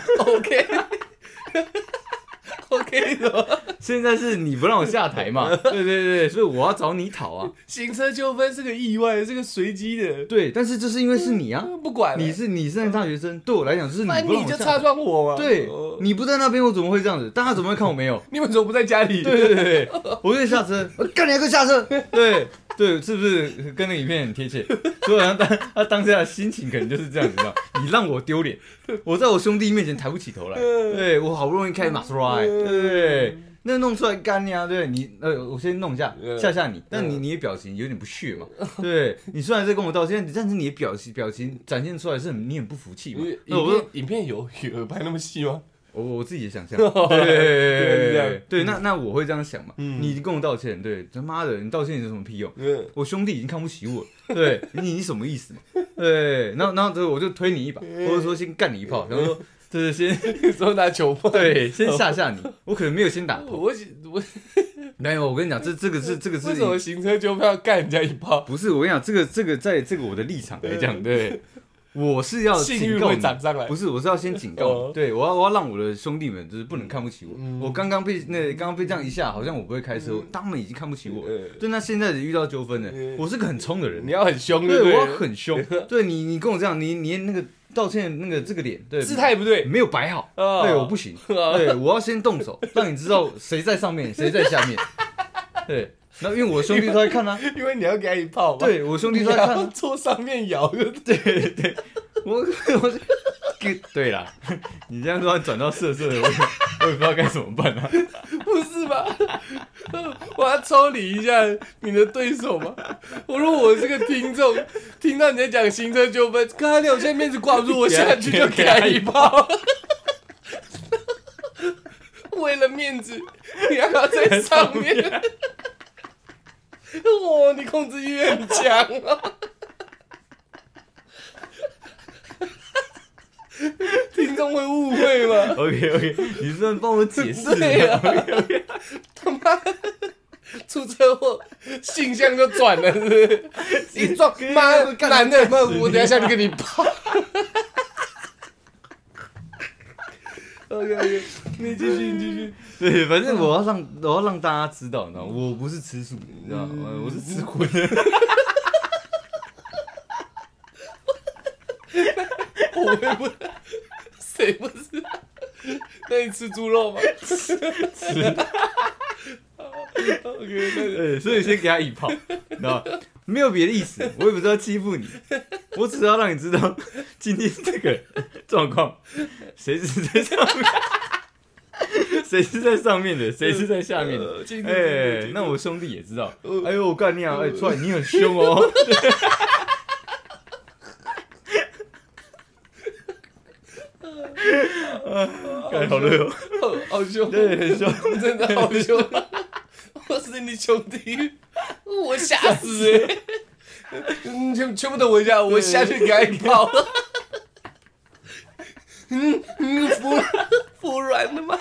？OK 的。 现在是你不让我下台嘛？对，所以我要找你讨啊。 行车纠纷是个意外，是个随机的。 对，但是就是因为是你啊， 不管你是那大学生，对我来讲就是你不让我下台， 你就擦撞我嘛。 对，你不在那边，我怎么会这样子？大家怎么会看我没有？ 你们怎么不在家里？ 对，我就下车，干你还给我下车？对，是不是跟那个影片很贴切？所以他当下的心情可能就是这样子，你让我丢脸，我在我兄弟面前抬不起头来。对，我好不容易开玛莎拉，对， 那弄出来干呀，对你我先弄一下吓你，但你的表情有点不屑嘛，对你虽然在跟我道歉，但是你的表情展现出来是你很不服气嘛。 影片有拍那么细吗？ 我自己的想象，对，那我会这样想嘛。你跟我道歉，对，他妈的，你道歉有什么屁用？我兄弟已经看不起我，对你什么意思？对，然后我就推你一把，或者说先干你一炮，然后说就是先说拿球棒， 对，先吓你。我可能没有先打头， 我没有，我跟你讲，这个是为什么行车纠纷要干人家一炮？ 不是，我跟你讲，这个在这个我的立场来讲，对。我是要警告你，不是，我是要先警告你，对我要让我的兄弟们就是不能看不起我。我刚刚被这样一下，好像我不会开车，他们已经看不起我。对，那现在遇到纠纷了，我是个很冲的人， 你要很凶， 对，我要很凶。对你跟我这样，你那个道歉那个这个脸，对， 姿态不对， 没有摆好，对，我不行，对，我要先动手，让你知道谁在上面，谁在下面，对。然后因为我兄弟都在看啊， 因为你要给他一炮嘛。 对，我兄弟都在看啊， 坐上面摇。 对，我对啦，你这样突然转到色的，我也不知道该怎么办啊。 不是吧？我要抽离一下你的对手嘛。如果我是个听众，听到你在讲行车纠纷，看他我现在面子挂不住，我下去就给他一炮。为了面子，你要不要在上面？哇，你控制欲很强啊！听众会误会吗 ？OK， 你是在帮我解释？ 对啊 ，OK， 他妈出车祸，性向就转了，是不是？一撞，妈男的，我等一下下去给你跑。OK， 你继续。 对，反正我要让大家知道，你知道吗？我不是吃素，你知道吗？我是吃荤的。 我也不，谁不是？那你吃猪肉吗？吃。OK， 对，所以先给他一炮，你知道吗？没有别的意思，我也不是要欺负你，我只是要让你知道今天这个状况，谁是在上面，谁是在上面的，谁是在下面的。那我兄弟也知道。哎呦，我干你啊！出来你很凶哦。干好热哦， 好凶， 对，很凶， 真的好凶。我是你兄弟，我吓死欸！全部都围下，我下去给他一炮。服软了吗？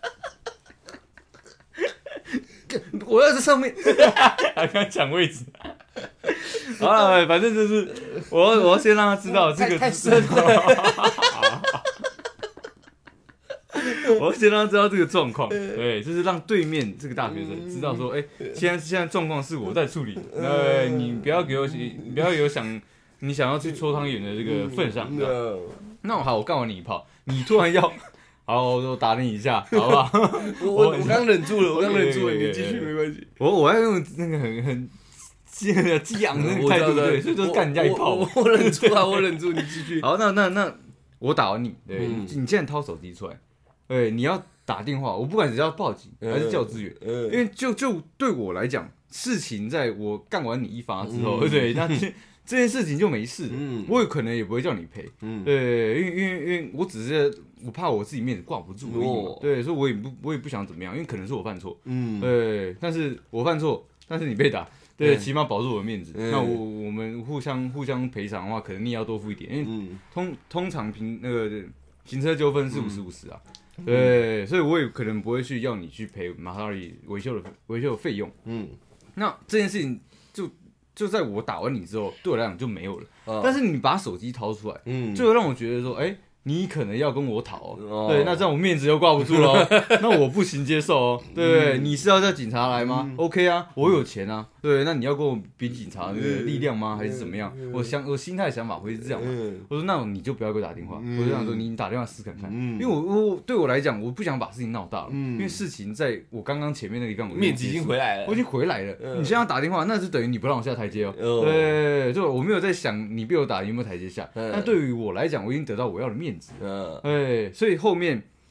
我要在上面，还刚抢位置。好了，反正就是我要先让他知道这个太深了。 我要先让他知道这个状况，对，就是让对面这个大学生知道说，现在状况是我在处理，你不要有你想要去搓汤圆的这个份上。那好，我干完你一炮，你突然要，好，我打你一下，好不好？ 我刚忍住了，你继续没关系。 我要用那个很激昂的那个态度，对，所以就干人家一炮。 我忍住啊，我忍住，你继续。 好，那我打完你，对，你现在掏手机出来。对，你要打电话，我不管是要报警还是叫支援，因为就对我来讲，事情在我干完你一发之后，对，那这件事情就没事，我有可能也不会叫你赔，对，因为我只是我怕我自己面子挂不住而已嘛，对，所以我也不想怎么样，因为可能是我犯错，对，但是我犯错，但是你被打，对，起码保住我的面子，那我们互相赔偿的话，可能你也要多付一点，因为通常那个行车纠纷是50-50啊。对，所以我也可能不会去要你去赔玛莎拉蒂维修的费用。那这件事情就在我打完你之后，对我来讲就没有了。但是你把手机掏出来，就会让我觉得说，你可能要跟我讨，对，那这样我面子又挂不住了，那我不行接受哦，对，你是要叫警察来吗？OK 啊，我有钱啊，对，那你要跟我比警察那个力量吗？还是怎么样？我心态想法会是这样嘛？我说那你就不要给我打电话，我就想说你打电话试看看，因为我对我来讲，我不想把事情闹大了，因为事情在我刚刚前面那个地方， 面子已经回来了， 我已经回来了，你现在打电话，那就等于你不让我下台阶哦，对，就我没有在想你被我打有没有台阶下，但对于我来讲，我已经得到我要的面子，所以后面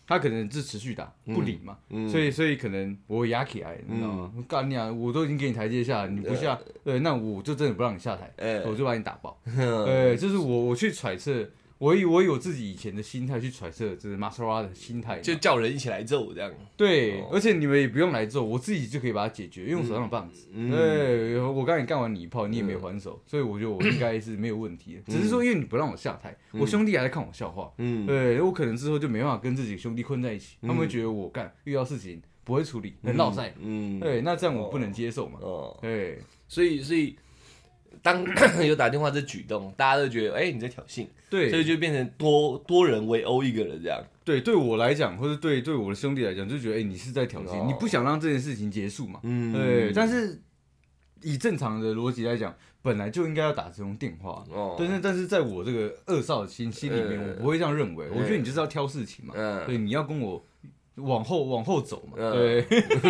他可能是持续打不理嘛，所以可能我压起来，你知道吗？干你啊！我都已经给你台阶下，你不下，对，那我就真的不让你下台，我就把你打爆。就是我去揣测。我以我自己以前的心态去揣测，就是马萨拉的心态， 就叫人一起来揍这样。 对，而且你们也不用来揍，我自己就可以把它解决，因为我手上有棒子。对，我刚才干完你一炮，你也没还手，所以我觉得我应该是没有问题的。只是说，因为你不让我下台，我兄弟还在看我笑话。对，我可能之后就没办法跟自己兄弟混在一起，他们会觉得我遇到事情不会处理，很落赛。对，那这样我不能接受嘛。对， 所以。当有打电话这举动，大家都觉得你在挑衅， 对， 所以就变成多人围殴一个人这样。 对，对我来讲，或者对我的兄弟来讲，就觉得你是在挑衅，你不想让这件事情结束嘛。对，但是以正常的逻辑来讲，本来就应该要打这种电话。但是在我这个恶少的心里面，我不会这样认为。我觉得你就是要挑事情嘛。对，你要跟我往后走嘛。对。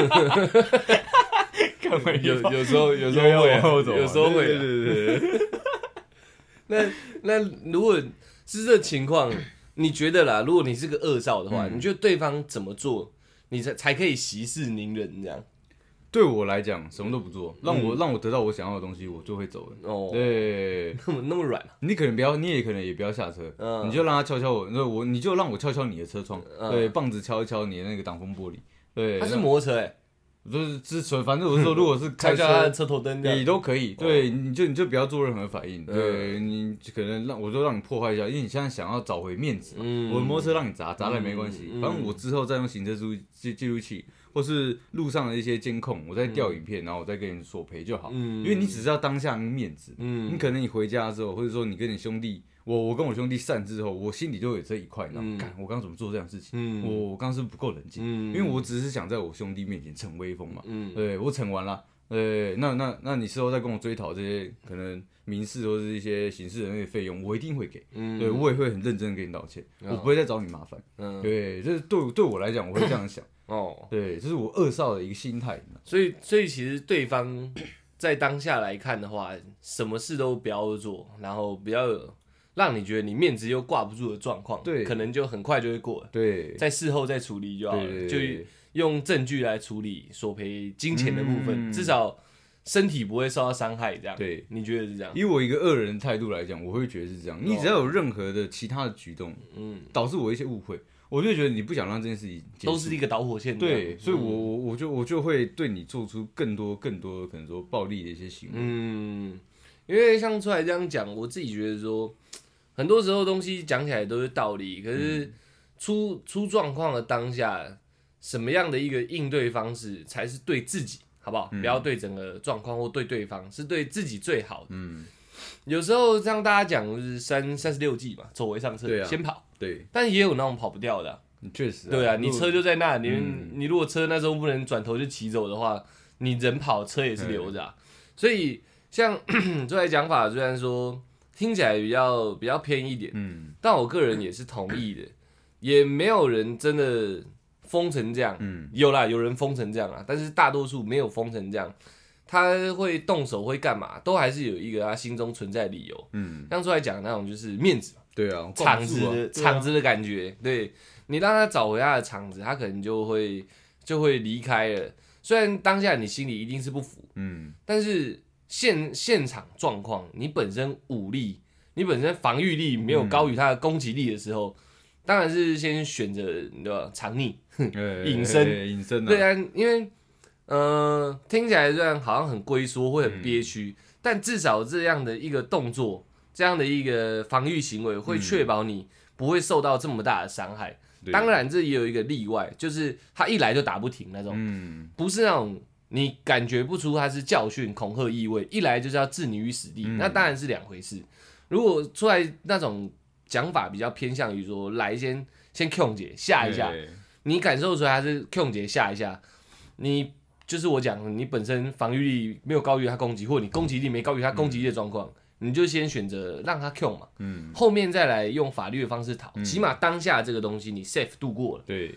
有时候会，有时候会，对。那如果是这情况，你觉得啦？如果你是个恶少的话，你觉得对方怎么做，你才可以息事宁人这样？ 对我来讲，什么都不做，让我得到我想要的东西，我就会走了。对， 那么软啊？ 你也可能也不要下车，你就让他敲我，你就让我敲你的车窗，对，棒子敲一敲你的那个挡风玻璃。对， 他是摩托车就是反正我是说，如果是开他的车头灯也都可以。对，你就不要做任何反应。对，你可能我就让你破坏一下，因为你现在想要找回面子嘛。我的摩托车让你砸了也没关系，反正我之后再用行车记录器或是路上的一些监控，我再调影片，然后我再跟你索赔就好。因为你只是要当下面子。你可能你回家之后，或者说你跟你兄弟。我跟我兄弟散之后，我心里就有这一块，干我刚怎么做这样的事情？我刚是不是不够冷静？因为我只是想在我兄弟面前逞威风嘛。对，我逞完了，那你事后再跟我追讨这些可能民事或是一些刑事的那些费用，我一定会给。对，我也会很认真的给你道歉，我不会再找你麻烦。对，就是对我来讲，我会这样想。对，这是我恶少的一个心态。 所以其实对方在当下来看的话，什么事都不要做，然后不要让你觉得你面子又挂不住的状况，对，可能就很快就会过了。对，在事后再处理就好了，就用证据来处理索赔金钱的部分，至少身体不会受到伤害。这样，对，你觉得是这样？ 以我一个恶人的态度来讲，我会觉得是这样。你只要有任何的其他的举动，导致我一些误会，我就觉得你不想让这件事情结束， 都是一个导火线。 对，所以我就会对你做出更多可能说暴力的一些行为。 因为像出来这样讲，我自己觉得说。很多时候东西讲起来都是道理，可是出状况的当下，什么样的一个应对方式才是对自己好不好？不要对整个状况或对对方，是对自己最好的。有时候像大家讲就是36计嘛，走为上策，先跑。对，但也有那种跑不掉的。 确实。 对啊，你车就在那，你如果车那时候不能转头就骑走的话，你人跑车也是留着。所以像这来讲法，虽然说。听起来比较偏一点，但我个人也是同意的，也没有人真的疯成这样，有人疯成这样啊，但是大多数没有疯成这样，他会动手会干嘛，都还是有一个他心中存在的理由，像出来讲那种就是面子， 对啊， 场子的感觉，对你让他找回他的场子，他可能就会离开了，虽然当下你心里一定是不服，但是。现场状况，你本身武力，你本身防御力没有高于他的攻击力的时候，当然是先选择藏匿、隐身。对啊，因为听起来虽然好像很龟缩，会很憋屈，但至少这样的一个动作，这样的一个防御行为，会确保你不会受到这么大的伤害。当然，这也有一个例外，就是他一来就打不停那种，不是那种。你感觉不出他是教训、恐吓意味，一来就是要置你于死地，那当然是两回事。如果出来那种讲法比较偏向于说，来先 Q 姐吓一下，你感受出来他是 Q 姐吓一下，你就是我讲，你本身防御力没有高于他攻击，或者你攻击力没高于他攻击力的状况，你就先选择让他 Q 嘛，后面再来用法律的方式讨，起码当下这个东西你 safe 度过了。对，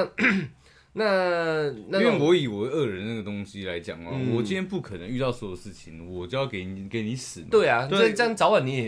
那因为我以我恶人那个东西来讲我今天不可能遇到所有事情，我就要给你死。 对啊，这样早晚你也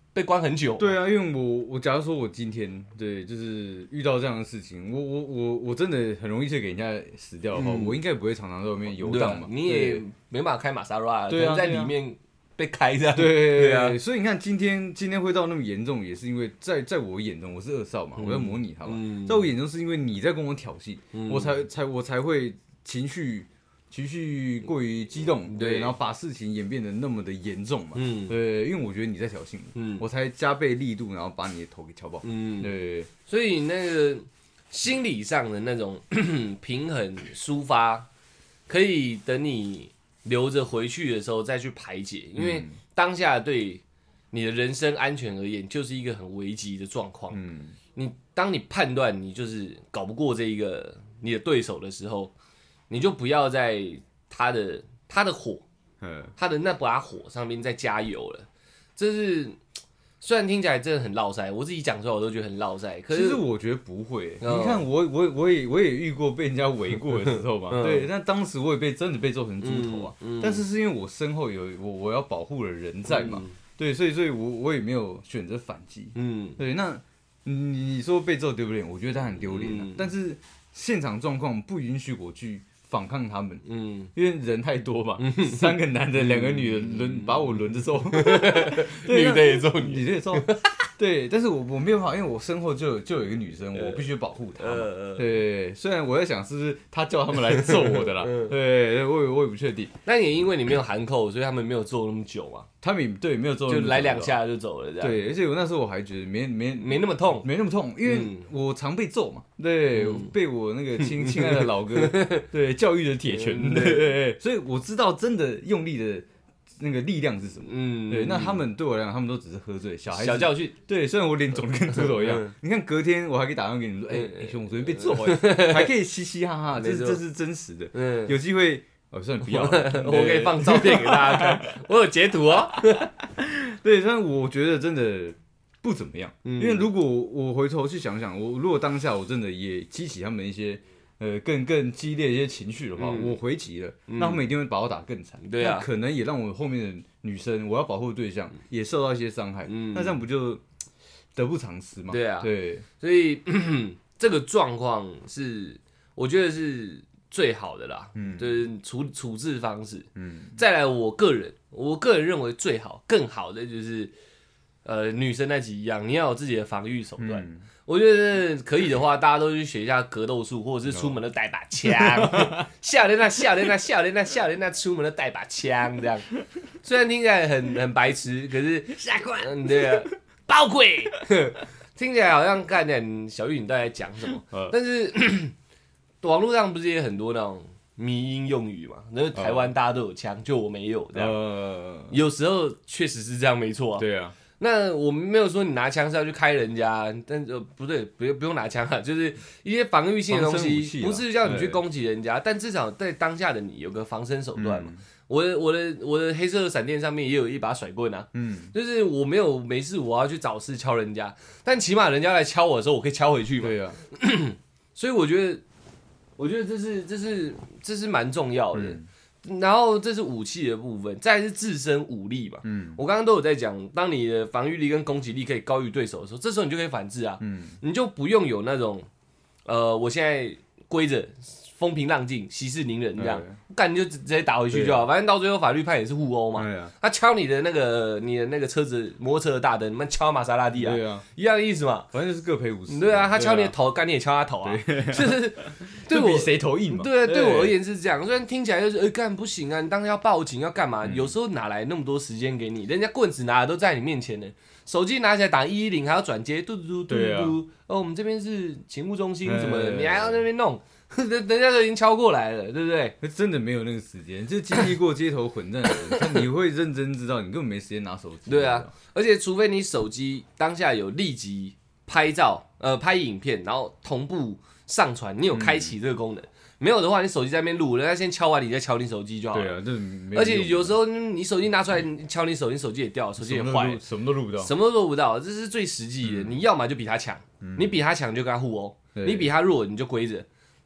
被关很久。 对啊，因为我假如说我今天对就是遇到这样的事情，我真的很容易就给人家死掉的话，我应该不会常常在外面游荡嘛。 你也没办法开玛莎拉，对啊，在里面被开这样。 对啊，所以你看今天会到那么严重，也是因为在我眼中我是二少嘛，我在模拟他嘛，在我眼中是因为你在跟我挑衅，我才会情绪过于激动，对，然后把事情演变得那么的严重嘛，对，因为我觉得你在挑衅我，我才加倍力度，然后把你的头给敲爆，对， 所以那个心理上的那种平衡抒发，可以等你留着回去的时候再去排解，因为当下对你的人身安全而言，就是一个很危急的状况。当你判断你就是搞不过这一个你的对手的时候，你就不要在他的火，他的那把火上面再加油了。这是虽然听起来真的很落塞，我自己讲出来我都觉得很落塞。可是其实我觉得不会，你看我也遇过被人家围过的时候嘛，对，但当时我也真的被揍成猪头啊。但是因为我身后有我要保护的人在嘛，对，所以我也没有选择反击。对，那你说被揍丢不丢脸？我觉得他很丢脸啊。但是现场状况不允许我去反抗他们，因为人太多嘛，3个男的2个女的把我轮着揍， 女的也揍你， 女的也揍，对，但是我没有办法，因为我身后就有一个女生，我必须保护她嘛，对，虽然我在想是不是他叫他们来揍我的啦，对，我也不确定。 那也因为你没有含扣，所以他们没有揍那么久嘛。 他们对没有揍， 就来2下就走了，这样。 对，而且我那时候我还觉得没那么痛， 没那么痛，因为我常被揍嘛，对，被我那个亲爱的老哥对教育的铁拳，对，所以我知道真的用力的那个力量是什么，对，那他们对我来讲，他们都只是喝醉，小孩子小教训， 对，虽然我脸肿得跟猪头一样，你看隔天我还可以打电话给你们说，兄，我昨天被揍，还可以嘻嘻哈哈，这是真实的，有机会。算了，不要了。 我可以放照片给大家看，我有截图哦。 对，但我觉得真的不怎么样，因为如果我回头去想想，我如果当下我真的也激起他们一些更激烈的一些情绪的话，我回击了，那他们一定会把我打更惨。对啊，可能也让我后面的女生，我要保护的对象也受到一些伤害。那这样不就得不偿失吗？ 对啊， 对， 所以这个状况是，我觉得是最好的啦，就是处置方式。再来，我个人认为最好、更好的就是，女生那集一样，你要有自己的防御手段。我觉得可以的话，大家都去学一下格斗术，或者是出门都带把枪，笑脸那出门都带把枪这样。虽然听起来很白痴，可是下关， 对啊，爆鬼，听起来好像看点小玉你到底在讲什么，但是。网络上不是也很多那种迷因用语嘛？那台湾大家都有枪，就我没有这样。有时候确实是这样，没错啊。 对啊。 那我们没有说你拿枪是要去开人家，但不对，不用拿枪啊，就是一些防御性的东西，不是叫你去攻击人家，但至少在当下的你有个防身手段嘛。我的黑色的闪电上面也有一把甩棍啊，就是我没事我要去找事敲人家，但起码人家来敲我的时候，我可以敲回去嘛。 对啊。 所以我觉得这是蛮重要的，然后这是武器的部分，再来是自身武力嘛。我刚刚都有在讲，当你的防御力跟攻击力可以高于对手的时候，这时候你就可以反制啊。你就不用有那种我现在归着风平浪静、息事宁人这样，干你就直接打回去就好，反正到最后法律派也是互殴嘛。他敲你的那个车子摩托车的大灯，你们敲玛莎拉蒂啊，一样的意思嘛。 反正就是各赔50。 对啊，他敲你的头，干你也敲他头啊，就是对我比谁头硬嘛。 对，对我而言是这样。虽然听起来就是干不行啊，你当时要报警要干嘛？有时候哪来那么多时间给你？人家棍子拿的都在你面前呢，手机拿起来打110还要转接，嘟嘟嘟嘟嘟。我们这边是勤务中心什么的，你还要那边弄。人家都已经敲过来了，对不对？ 真的没有那个时间，就经历过街头混战的人，你会认真知道，你根本没时间拿手机。 对啊，而且除非你手机当下有立即拍照、拍影片，然后同步上传，你有开启这个功能。没有的话，你手机在那边录，人家先敲完你再敲你手机就好了。 对啊，这没而且有时候你手机拿出来敲你手机也掉，手机也坏， 什么都录不到， 什么都录不到，这是最实际的。你要么就比他强，你比他强就跟他互殴，你比他弱你就归着。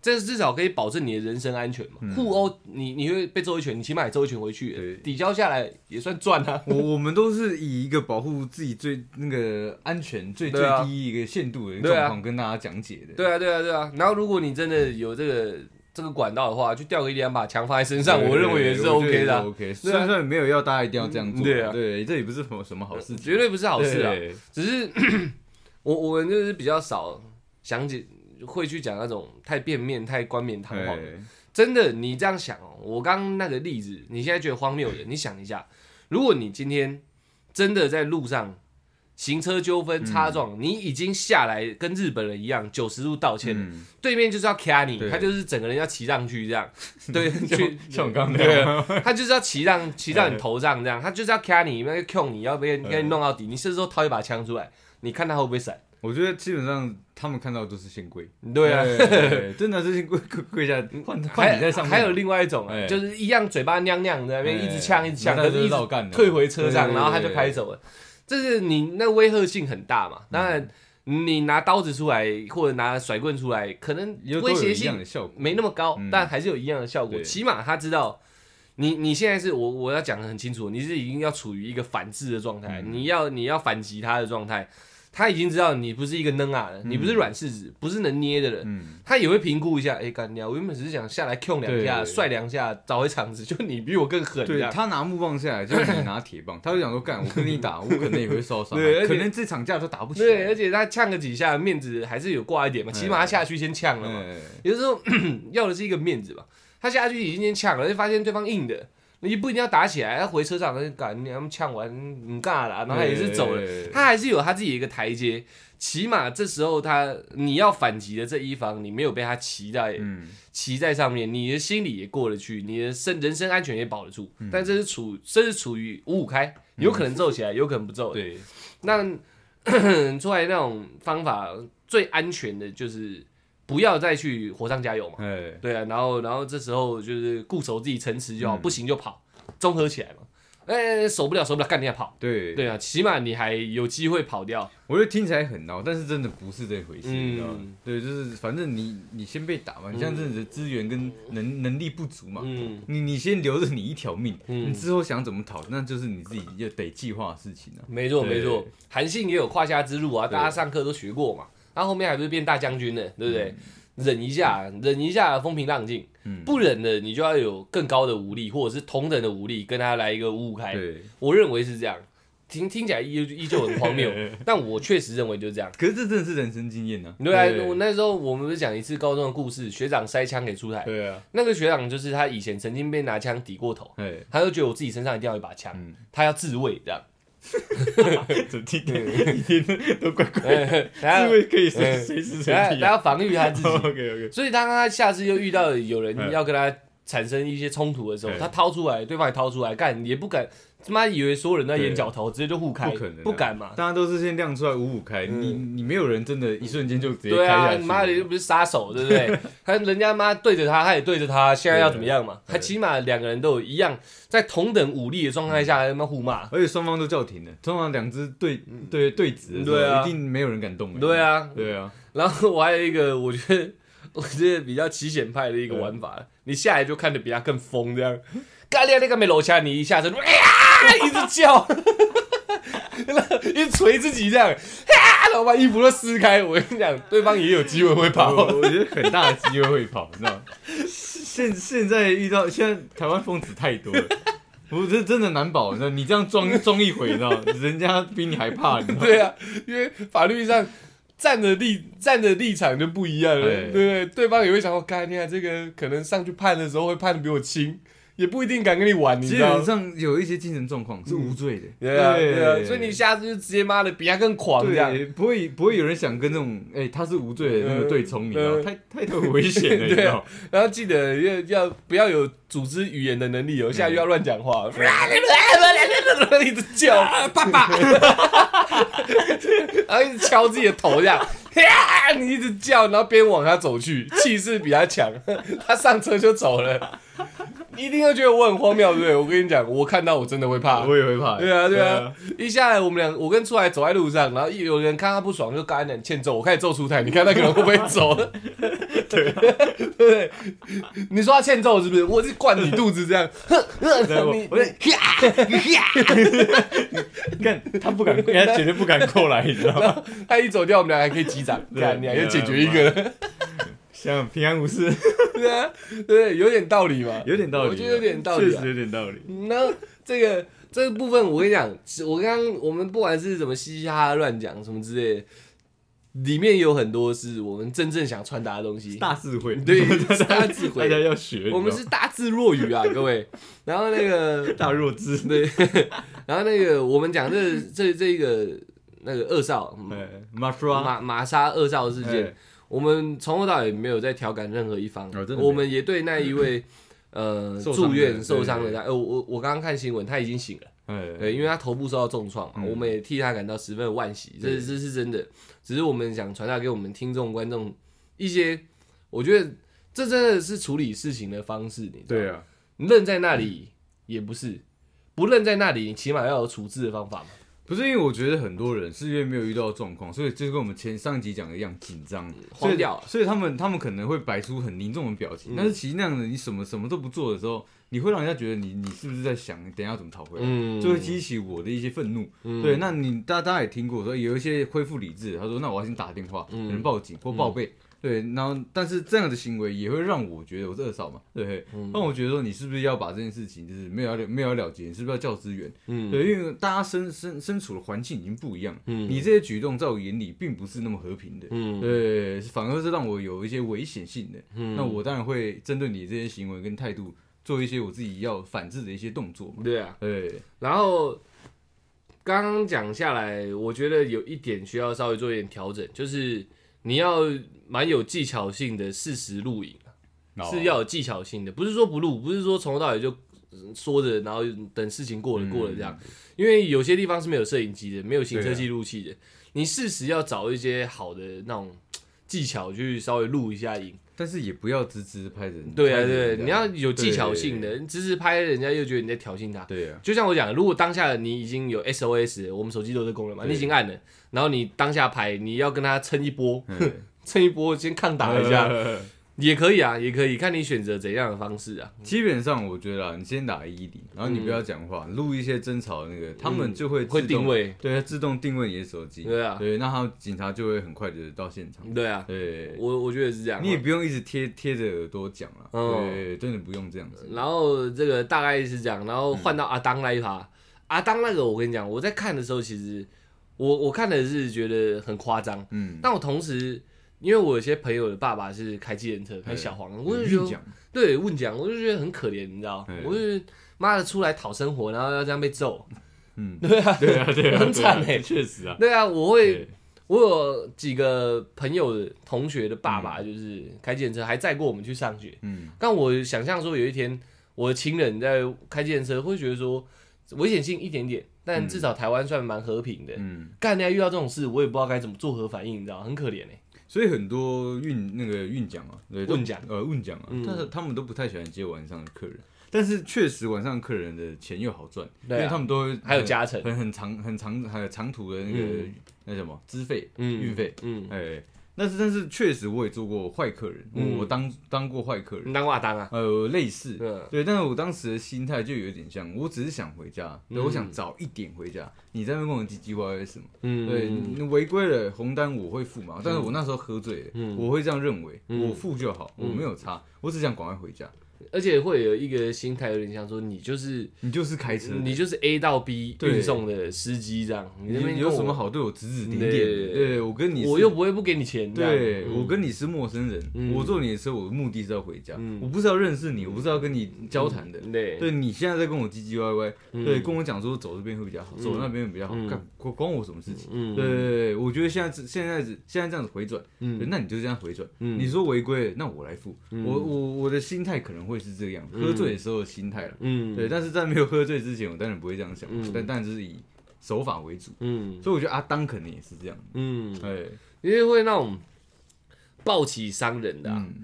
这至少可以保证你的人身安全嘛。互殴你会被揍一拳，你起码也揍一拳回去，抵消下来也算赚啊。 我们都是以一个保护自己最那个安全最低一个限度的状况跟大家讲解的。 对啊。然后如果你真的有这个管道的话，就调个1-2把枪放在身上，我认为也是 OK 的。 OK， 虽然没有要大家一定要这样做，对，这也不是什么好事情， 绝对不是好事啊。只是我们就是比较少会去讲那种太片面、太冠冕堂皇的。真的，你这样想哦，我刚刚那个例子，你现在觉得荒谬的，你想一下，如果你今天真的在路上行车纠纷擦撞，你已经下来跟日本人一样90度道歉，对面就是要卡你，他就是整个人要骑上去这样，对， 像我刚刚那样， 他就是要骑到你头上这样，他就是要卡你，要 Q 你，要被你弄到底，你这时候掏一把枪出来，你看他会不会闪？ 我觉得基本上他们看到都是先跪， 对啊， 真的是先跪下，换你在上面。 还有另外一种就是一样嘴巴娘娘在那边一直呛，可是一直退回车上，然后他就开走了。这是你那威吓性很大嘛？当然，你拿刀子出来或者拿甩棍出来，可能威胁性没那么高，但还是有一样的效果。起码他知道你现在是我要讲得很清楚，你是已经要处于一个反制的状态，你要反击他的状态。他已经知道你不是一个能啊的，你不是软柿子，不是能捏的人，他也会评估一下，干掉，我原本只是想下来 Q 2下，帅2下，找回场子，就你比我更狠。 对，他拿木棒下来，就是你拿铁棒，他就想说，干，我跟你打，我可能也会受伤，可能这场架都打不起来。 对，而且他呛个几下，面子还是有挂一点嘛，起码他下去先呛了嘛。有的时候要的是一个面子嘛，他下去已经先呛了，就发现对方硬的。你不一定要打起来，他回车上赶他们呛完唔干啦，然后他也是走了，他还是有他自己的一个台阶，起码这时候你要反击的这一方，你没有被他骑在上面，你的心里也过得去，你的人身安全也保得住，但这是处于5-5开，有可能揍起来，有可能不揍。 对， 那出来那种方法最安全的就是。不要再去火上加油嘛，对啊，然后这时候就是固守自己城池就好，不行就跑，综合起来嘛。守不了，干你要跑。对啊，起码你还有机会跑掉。 我觉得听起来很孬，但是真的不是这回事，你知道吗？对，就是反正你先被打嘛，你像这样的资源跟能力不足嘛，你先留着你一条命，你之后想怎么逃，那就是你自己要得计划的事情啊。 没错，韩信也有胯下之辱啊，大家上课都学过嘛。他后面还不是变大将军了，对不对？忍一下，风平浪静。不忍的，你就要有更高的武力，或者是同等的武力，跟他来一个5-5开。我认为是这样，听起来依旧很荒谬，但我确实认为就是这样。 可是这真的是人生经验啊！ 对啊，我那时候我们不是讲一次高中的故事，学长塞枪给出台。 对啊， 那个学长就是他以前曾经被拿枪抵过头，他就觉得我自己身上一定要有一把枪，他要自卫这样。 怎听都怪怪的，自卫可以随时随地， 他要防御他自己。 OK， 所以当他下次又遇到有人要跟他产生一些冲突的时候，他掏出来，对方也掏出来，干也不敢。他妈以为所有人在演角头，直接就互开， 不可能， 不敢嘛。 大家都是先亮出来5-5开，你没有人真的一瞬间就直接开下去。 对啊，妈的又不是杀手，对不对？人家妈对着他，他也对着他，现在要怎么样嘛？他起码2个人都有一样，在同等武力的状态下，他妈互骂， 而且双方都叫停了。通常2只对峙的时候，一定没有人敢动。 对啊。然后我还有一个，我觉得比较奇险派的一个玩法，你下来就看得比他更疯这样。干练那个没搂起来，你一下子一直叫，一直捶自己这样，然后把衣服都撕开。我跟你讲，对方也有机会会跑， 我觉得很大的机会会跑，你知道吗？现在现在台湾疯子太多了，我这真的难保。你这样装一回，你知道吗？人家比你还怕，你知道吗？ 对啊，因为法律上站的立场就不一样了，对不对？对方也会想说，干你看这个可能上去判的时候会判的比我轻。也不一定敢跟你玩，你知道？ 基本上有一些精神状况是无罪的， 对啊，所以你下次就直接妈的比他更狂这样， 不会有人想跟那种他是无罪的那个对冲，你知道？太危险了，你知道？ 然后记得要不要有组织语言的能力，下去要乱讲话，一直叫爸爸，然后一直敲自己的头这样，你一直叫，然后边往他走去，气势比他强，他上车就走了。 一定会觉得我很荒谬，对不对？我跟你讲，我看到我真的会怕， 我也会怕。 对啊，一下来我跟出来走在路上，然后有人看他不爽，就干点欠揍，我开始揍出台，你看那个人会不会走？对，你说他欠揍是不是？我是灌你肚子这样， 看他不敢，他绝对不敢过来，你知道吗？ 他一走掉，我们俩还可以击掌，看你还可以解决一个。 像平安无事， 对啊，对，有点道理嘛， 有点道理， 我觉得有点道理， 确实有点道理。 那这个部分，我跟你讲，我们不管是怎么嘻嘻哈哈乱讲什么之类的，里面有很多是我们真正想传达的东西， 大智慧， 对，大智慧， 大家要学。 我们是大智若愚啊，各位。然后那个大弱智， 对，然后那个我们讲这个那个恶少，玛莎恶少事件。我们从头到尾没有在调侃任何一方，我们也对那一位住院受伤的，我刚刚看新闻，他已经醒了，对，因为他头部受到重创，我们也替他感到十分的惋惜，这是真的。只是我们想传达给我们听众观众一些，我觉得这真的是处理事情的方式，你知道吗？ 对啊， 你愣在那里也不是，不愣在那里，你起码要有处置的方法嘛。 不是因为我觉得很多人是因为没有遇到状况，所以就跟我们上一集讲的一样紧张， 慌掉， 所以他们可能会摆出很凝重的表情，但是其实那样的你什么都不做的时候，你会让人家觉得你是不是在想等一下要怎么讨回来，就会激起我的一些愤怒。对，那你大家也听过说有一些恢复理智，他说那我要先打电话，可能报警或报备。对，然后但是这样的行为也会让我觉得我是恶少嘛，对，让我觉得说你是不是要把这件事情就是没有了结，你是不是要叫支援？对，因为大家身处的环境已经不一样，你这些举动在我眼里并不是那么和平的，对，反而是让我有一些危险性的，那我当然会针对你这些行为跟态度做一些我自己要反制的一些动作嘛。 对啊， 对， 然后刚刚讲下来，我觉得有一点需要稍微做一点调整，就是你要蛮有技巧性的适时录影，是要有技巧性的，不是说不录，不是说从头到尾就说着，然后等事情过了这样，因为有些地方是没有摄影机的，没有行车记录器的，你适时要找一些好的那种技巧去稍微录一下影。 但是也不要直直拍人。 对啊，对，你要有技巧性的，直直拍人家又觉得你在挑衅他。 对啊， 就像我讲，如果当下你已经有 SOS， 我们手机都有这功能嘛，你已经按了，然后你当下拍，你要跟他撑一波，撑一波先抗打一下。也可以啊，也可以看你选择怎样的方式啊。 基本上我觉得啊，你先打110，然后你不要讲话，录一些争吵的那个，他们就会定位， 对，自动定位你的手机。 对啊， 对，那他警察就会很快的到现场。 对啊， 对， 我觉得是这样。 你也不用一直贴着耳朵讲了，对，真的不用这样子。 然后这个大概是这样，然后换到阿当那一趴，阿当那个我跟你讲，我在看的时候，其实我看的是觉得很夸张，但我同时。因为我有些朋友的爸爸是开计程车，开小黄，我就觉得对问讲，我就觉得很可怜，你知道？我就妈的出来讨生活，然后要这样被揍，对啊，很惨哎， 确实啊， 对啊，我有几个朋友的同学的爸爸就是开计程车，还载过我们去上学，但我想象说有一天我的亲人在开计程车，会觉得说危险性一点点，但至少台湾算蛮和平的，干人家遇到这种事，我也不知道该怎么作何反应，你知道？很可怜哎。 所以很多运奖啊，对， 问奖啊，但是他们都不太喜欢接晚上的客人，但是确实晚上客人的钱又好赚，因为他们都还有加成， 很长还有长途的那什么资费、运费，但是确实我也做过坏客人，我当过坏客人， 你当过当啊？ 类似，对，但是我当时的心态就有点像，我只是想回家，我想早一点回家。你在那边跟我唧唧歪歪什么？对，你违规了红单我会付嘛，但是我那时候喝醉了，我会这样认为，我付就好，我没有差，我只想赶快回家。 而且会有一个心态，有点像说你就是开车， 你就是 A 到 B 运送的司机这样。你那边有什么好对我指指点点的？对，我又不会不给你钱。 对，我跟你是陌生人，我坐你的车，我的目的是要回家，我不是要认识你，我不是要跟你交谈的。对，你现在在跟我唧唧歪歪，对，跟我讲说走这边会比较好，走那边会比较好，关我什么事情？对，我觉得现在这样子回转，那你就这样回转。你说违规，那我来付。我的心态可能会是这个样子，喝醉的时候的心态了，对，但是在没有喝醉之前，我当然不会这样想，但就是以守法为主，所以我觉得阿当可能也是这样，对， 因为会那种暴起伤人的，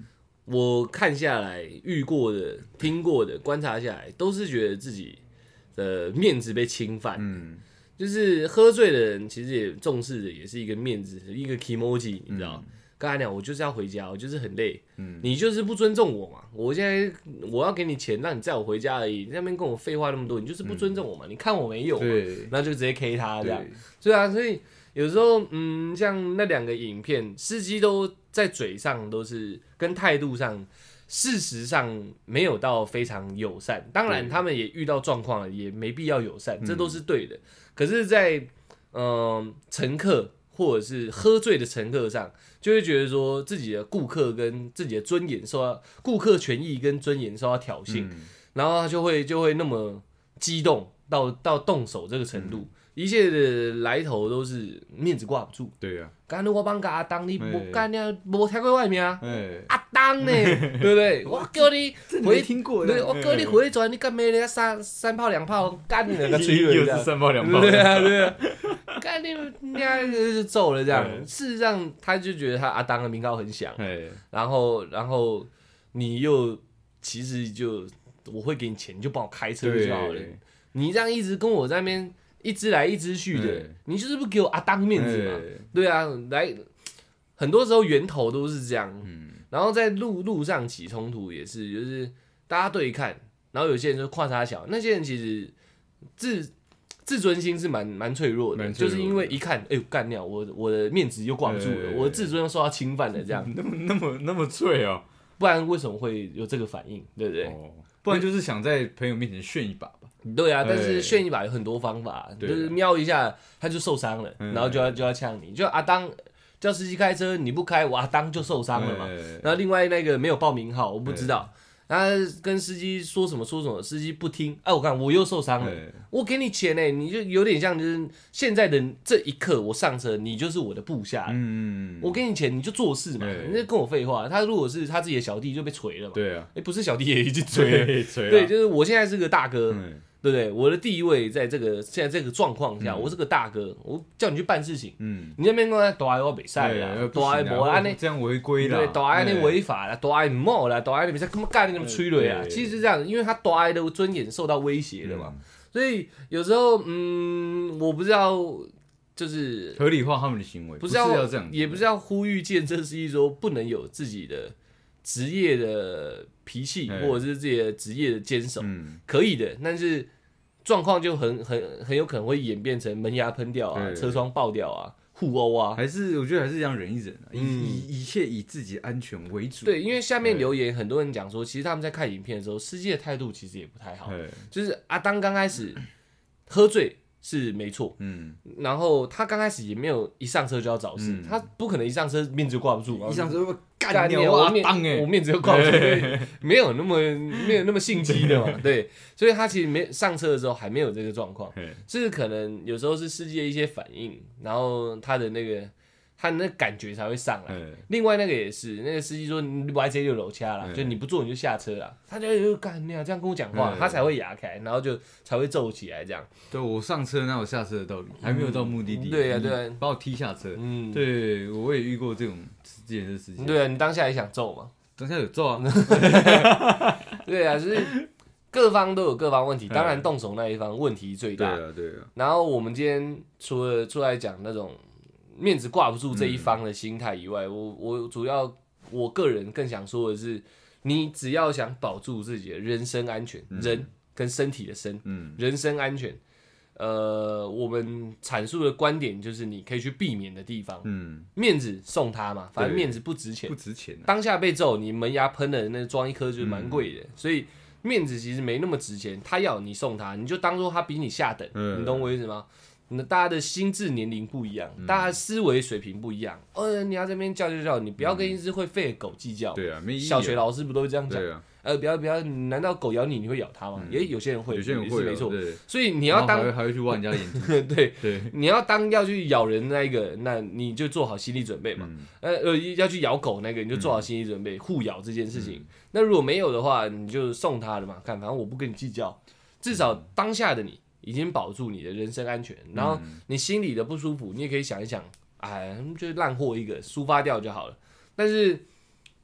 我看下来遇过的、听过的、观察下来，都是觉得自己的面子被侵犯。就是喝醉的人其实也重视的也是一个面子，一个 kimoji， 你知道。刚才讲，我就是要回家，我就是很累，你就是不尊重我嘛。我现在我要给你钱，让你载我回家而已，你那边跟我废话那么多，你就是不尊重我嘛。你看我没有嘛，然后就直接 K 他这样。对啊，所以有时候像那2个影片，司机都在嘴上都是跟态度上，事实上没有到非常友善。当然他们也遇到状况了，也没必要友善，这都是对的。可是在，乘客或者是喝醉的乘客上，就会觉得说自己的顾客跟自己的尊严受到顾客权益跟尊严受到挑衅，然后他就会那么激动到动手这个程度。一切的来头都是面子挂不住。 对啊， 刚才我帮阿当，你无干呢，无听过外面啊？阿当呢，对不对？我叫你回听过， 对，我叫你回转，你干咩呢？三炮2炮干你个吹了，又是3炮2炮， 对啊，对啊，干你就揍了这样。事实上，他就觉得他阿当的名号很响，然后你又其实就我会给你钱，你就帮我开车就好了。你这样一直跟我在那边。一直来一直去的，你就是不给我阿当面子嘛？对啊，来，很多时候源头都是这样。然后在路上起冲突也是，就是大家对看，然后有些人就跨他小，那些人其实自尊心是蛮脆弱的，就是因为一看，哎呦干掉我的面子又挂不住了，我的自尊又受到侵犯了，这样那么脆哦， 不然为什么会有这个反应？对不对？ 不然就是想在朋友面前炫一把吧。 对啊，但是炫一把有很多方法，就是瞄一下他就受伤了，然后就要呛你，就阿当叫司机开车，你不开，我阿当就受伤了嘛。然后另外那个没有报名号，我不知道，他跟司机说什么，司机不听，我看我又受伤了，我给你钱你就有点像就是现在的这一刻，我上车，你就是我的部下，我给你钱你就做事嘛，你在跟我废话。他如果是他自己的小弟就被锤了嘛， 对啊， 不是小弟也已经锤了，对，就是我现在是个大哥。对不对？我的地位在现在这个状况下，我是个大哥，我叫你去办事情，你那边跟我大爱我比赛啦，大爱无安尼这样违规啦， 对，大爱你违法啦，大爱唔好啦，大爱你比赛干嘛干你那么催泪啊？其实是这样，因为他大爱的尊严受到威胁了嘛，所以有时候我不知道，就是合理化他们的行为，不是要这样， 也不是要呼吁建设司机说不能有自己的职业的脾气，或者是自己的职业的坚守，可以的，但是状况就很有可能会演变成门牙喷掉啊，车窗爆掉啊，互殴啊， 我觉得还是这样忍一忍啊，一切以自己安全为主。 对，因为下面留言很多人讲说，其实他们在看影片的时候，司机的态度其实也不太好，就是阿当刚开始喝醉。是没错，然后他刚开始也没有一上车就要找事，他不可能一上车面子就挂不住， 一上车干掉我面子就挂不住，没有那么性激的嘛，对，所以他其实没上车的时候还没有这个状况，是可能有时候是司机的一些反应，然后他的那感觉才会上来。另外那个也是，那个司机说你不爱直接就楼掐了，就你不做你就下车了，他就干你这样跟我讲话，他才会哑开，然后就才会皱起来这样。 对，我上车哪有下车的道理？还没有到目的地， 对啊， 把我踢下车。对，我也遇过这件事情。 对啊，你当下也想揍嘛？ 当下有揍啊。 对啊，就是各方都有各方问题，当然动手那一方问题最大。 对啊。 然后我们今天除了出来讲那种面子挂不住这一方的心态以外，我主要我个人更想说的是，你只要想保住自己的人身安全，人跟身体的身，人身安全，我们阐述的观点就是你可以去避免的地方，面子送他嘛，反正面子不值钱，当下被揍，你门牙喷的那装一颗就是蛮贵的，所以面子其实没那么值钱，他要你送他，你就当做他比你下等，你懂我意思吗？大家的心智年龄不一样，大家思维水平不一样。你要这边叫，你不要跟一只会吠的狗计较。 对啊，没意义。 小学老师不都这样讲？ 对啊。 不要，难道狗咬你会咬它吗？有些人会， 有些人会， 没错。所以你要当还会去挖人家眼睛。 对，你要当要去咬人那一个，那你就做好心理准备嘛。要去咬狗那个，你就做好心理准备，互咬这件事情。那如果没有的话，你就送他了嘛。看，反正我不跟你计较，至少当下的你已经保住你的人身安全，然后你心里的不舒服，你也可以想一想，就烂货一个，抒发掉就好了。但是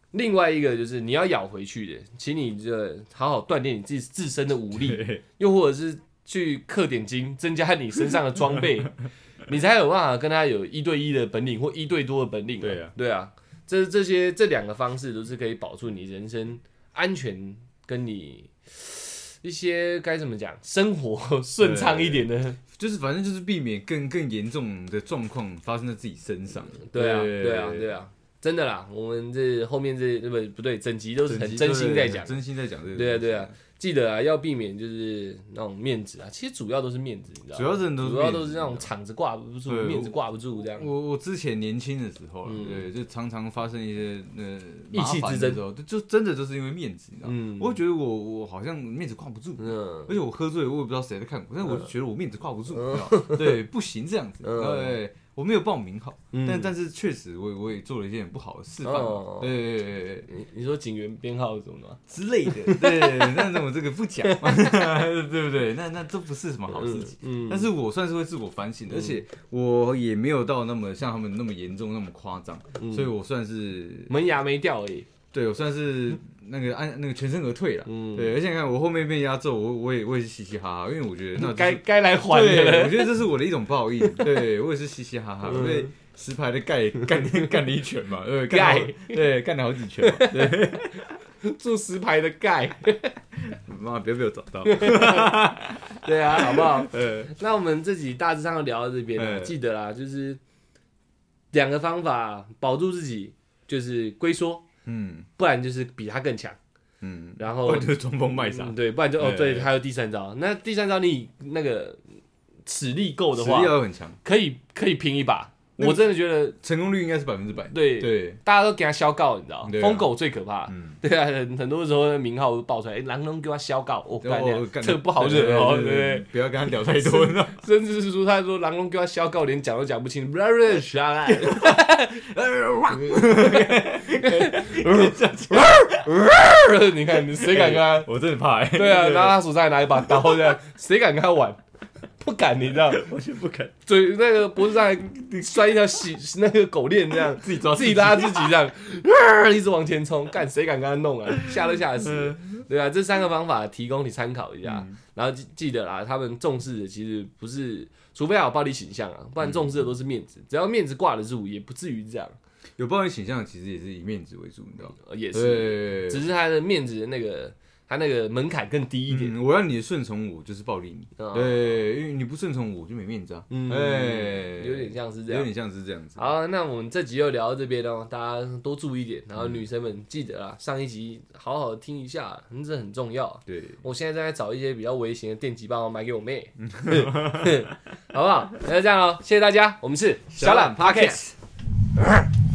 另外一个就是你要咬回去的，请你这好好锻炼你自身的武力，又或者是去氪点金，增加你身上的装备，你才有办法跟他有1对1的本领或1对多的本领。对啊，这2个方式都是可以保住你人身安全，跟你一些该怎么讲，生活顺畅一点的， 就是反正就是避免更严重的状况发生在自己身上。 对啊，真的啦，我们这后面不对，整集都是很真心在讲， 真心在讲这个。 对啊，记得啊，要避免就是那种面子啊，其实主要都是面子，你知道吗？主要都是那种场子挂不住，面子挂不住这样。 我之前年轻的时候，对，就常常发生一些意气之争， 就真的就是因为面子，你知道吗？我会觉得我好像面子挂不住，而且我喝醉，我也不知道谁在看我，但我就觉得我面子挂不住，你知道？对，不行这样子，对。我没有报名好，但是确实我也做了一件不好的示范。对， 你说警员编号什么的之类的，对，那我这个不讲，对不对？那这不是什么好事情。但是我算是会自我反省的，而且我也没有到那么像他们那么严重、那么夸张，所以我算是门牙没掉而已。 对，我算是那个全身而退了。对，而且你看我后面被压揍，我也是嘻嘻哈哈，因为我觉得那该来还的。 对，我觉得这是我的一种报应。对，我也是嘻嘻哈哈，我被石牌的盖干了一拳嘛，干了好几拳嘛。对， 住石牌的盖， 妈不要被我找到。 对啊，好不好？那我们这集大致上聊到这边，记得啦，就是2个方法保住自己，就是龟缩。不然就是比他更强，然后不然就是装疯卖傻， 对，不然就对，还有第3招。那第3招你那个实力够的话， 实力要很强， 可以拼一把。我真的觉得成功率应该是100%。 对，大家都给他消告，你知道，疯狗最可怕。对啊，很多时候名号爆出来，狼龙给他消告，这个不好惹哦，对， 不要跟他聊太多。 甚至是说，他说狼龙给他消告，连讲都讲不清。你看谁敢跟他？ 我真的怕。 对啊，然后他手上还拿一把刀，这样谁敢跟他玩？不敢，你知道， 完全不敢。 嘴那个脖子上还拴一条那个狗链，这样自己拉自己这样，一直往前冲，干谁敢跟他弄啊？吓都吓死。对啊，这3个方法提供你参考一下。然后记得啦，他们重视的其实不是，除非有暴力倾向啊，不然重视的都是面子。只要面子挂得住，也不至于这样。 有暴力倾向，其实也是以面子为主，你知道吗？ 也是，只是他的面子的他那个门槛更低一点。 我让你顺从我，就是暴力你。对，因为你不顺从我，就没面子啊。 有点像是这样子。 好，那我们这集就聊到这边哦，大家多注意一点。然后女生们记得啦，上一集好好的听一下，这很重要。 对， 我现在在找一些比较微型的电击棒买给我妹，好不好？那就这样咯，谢谢大家，我们是小懒 Podcast。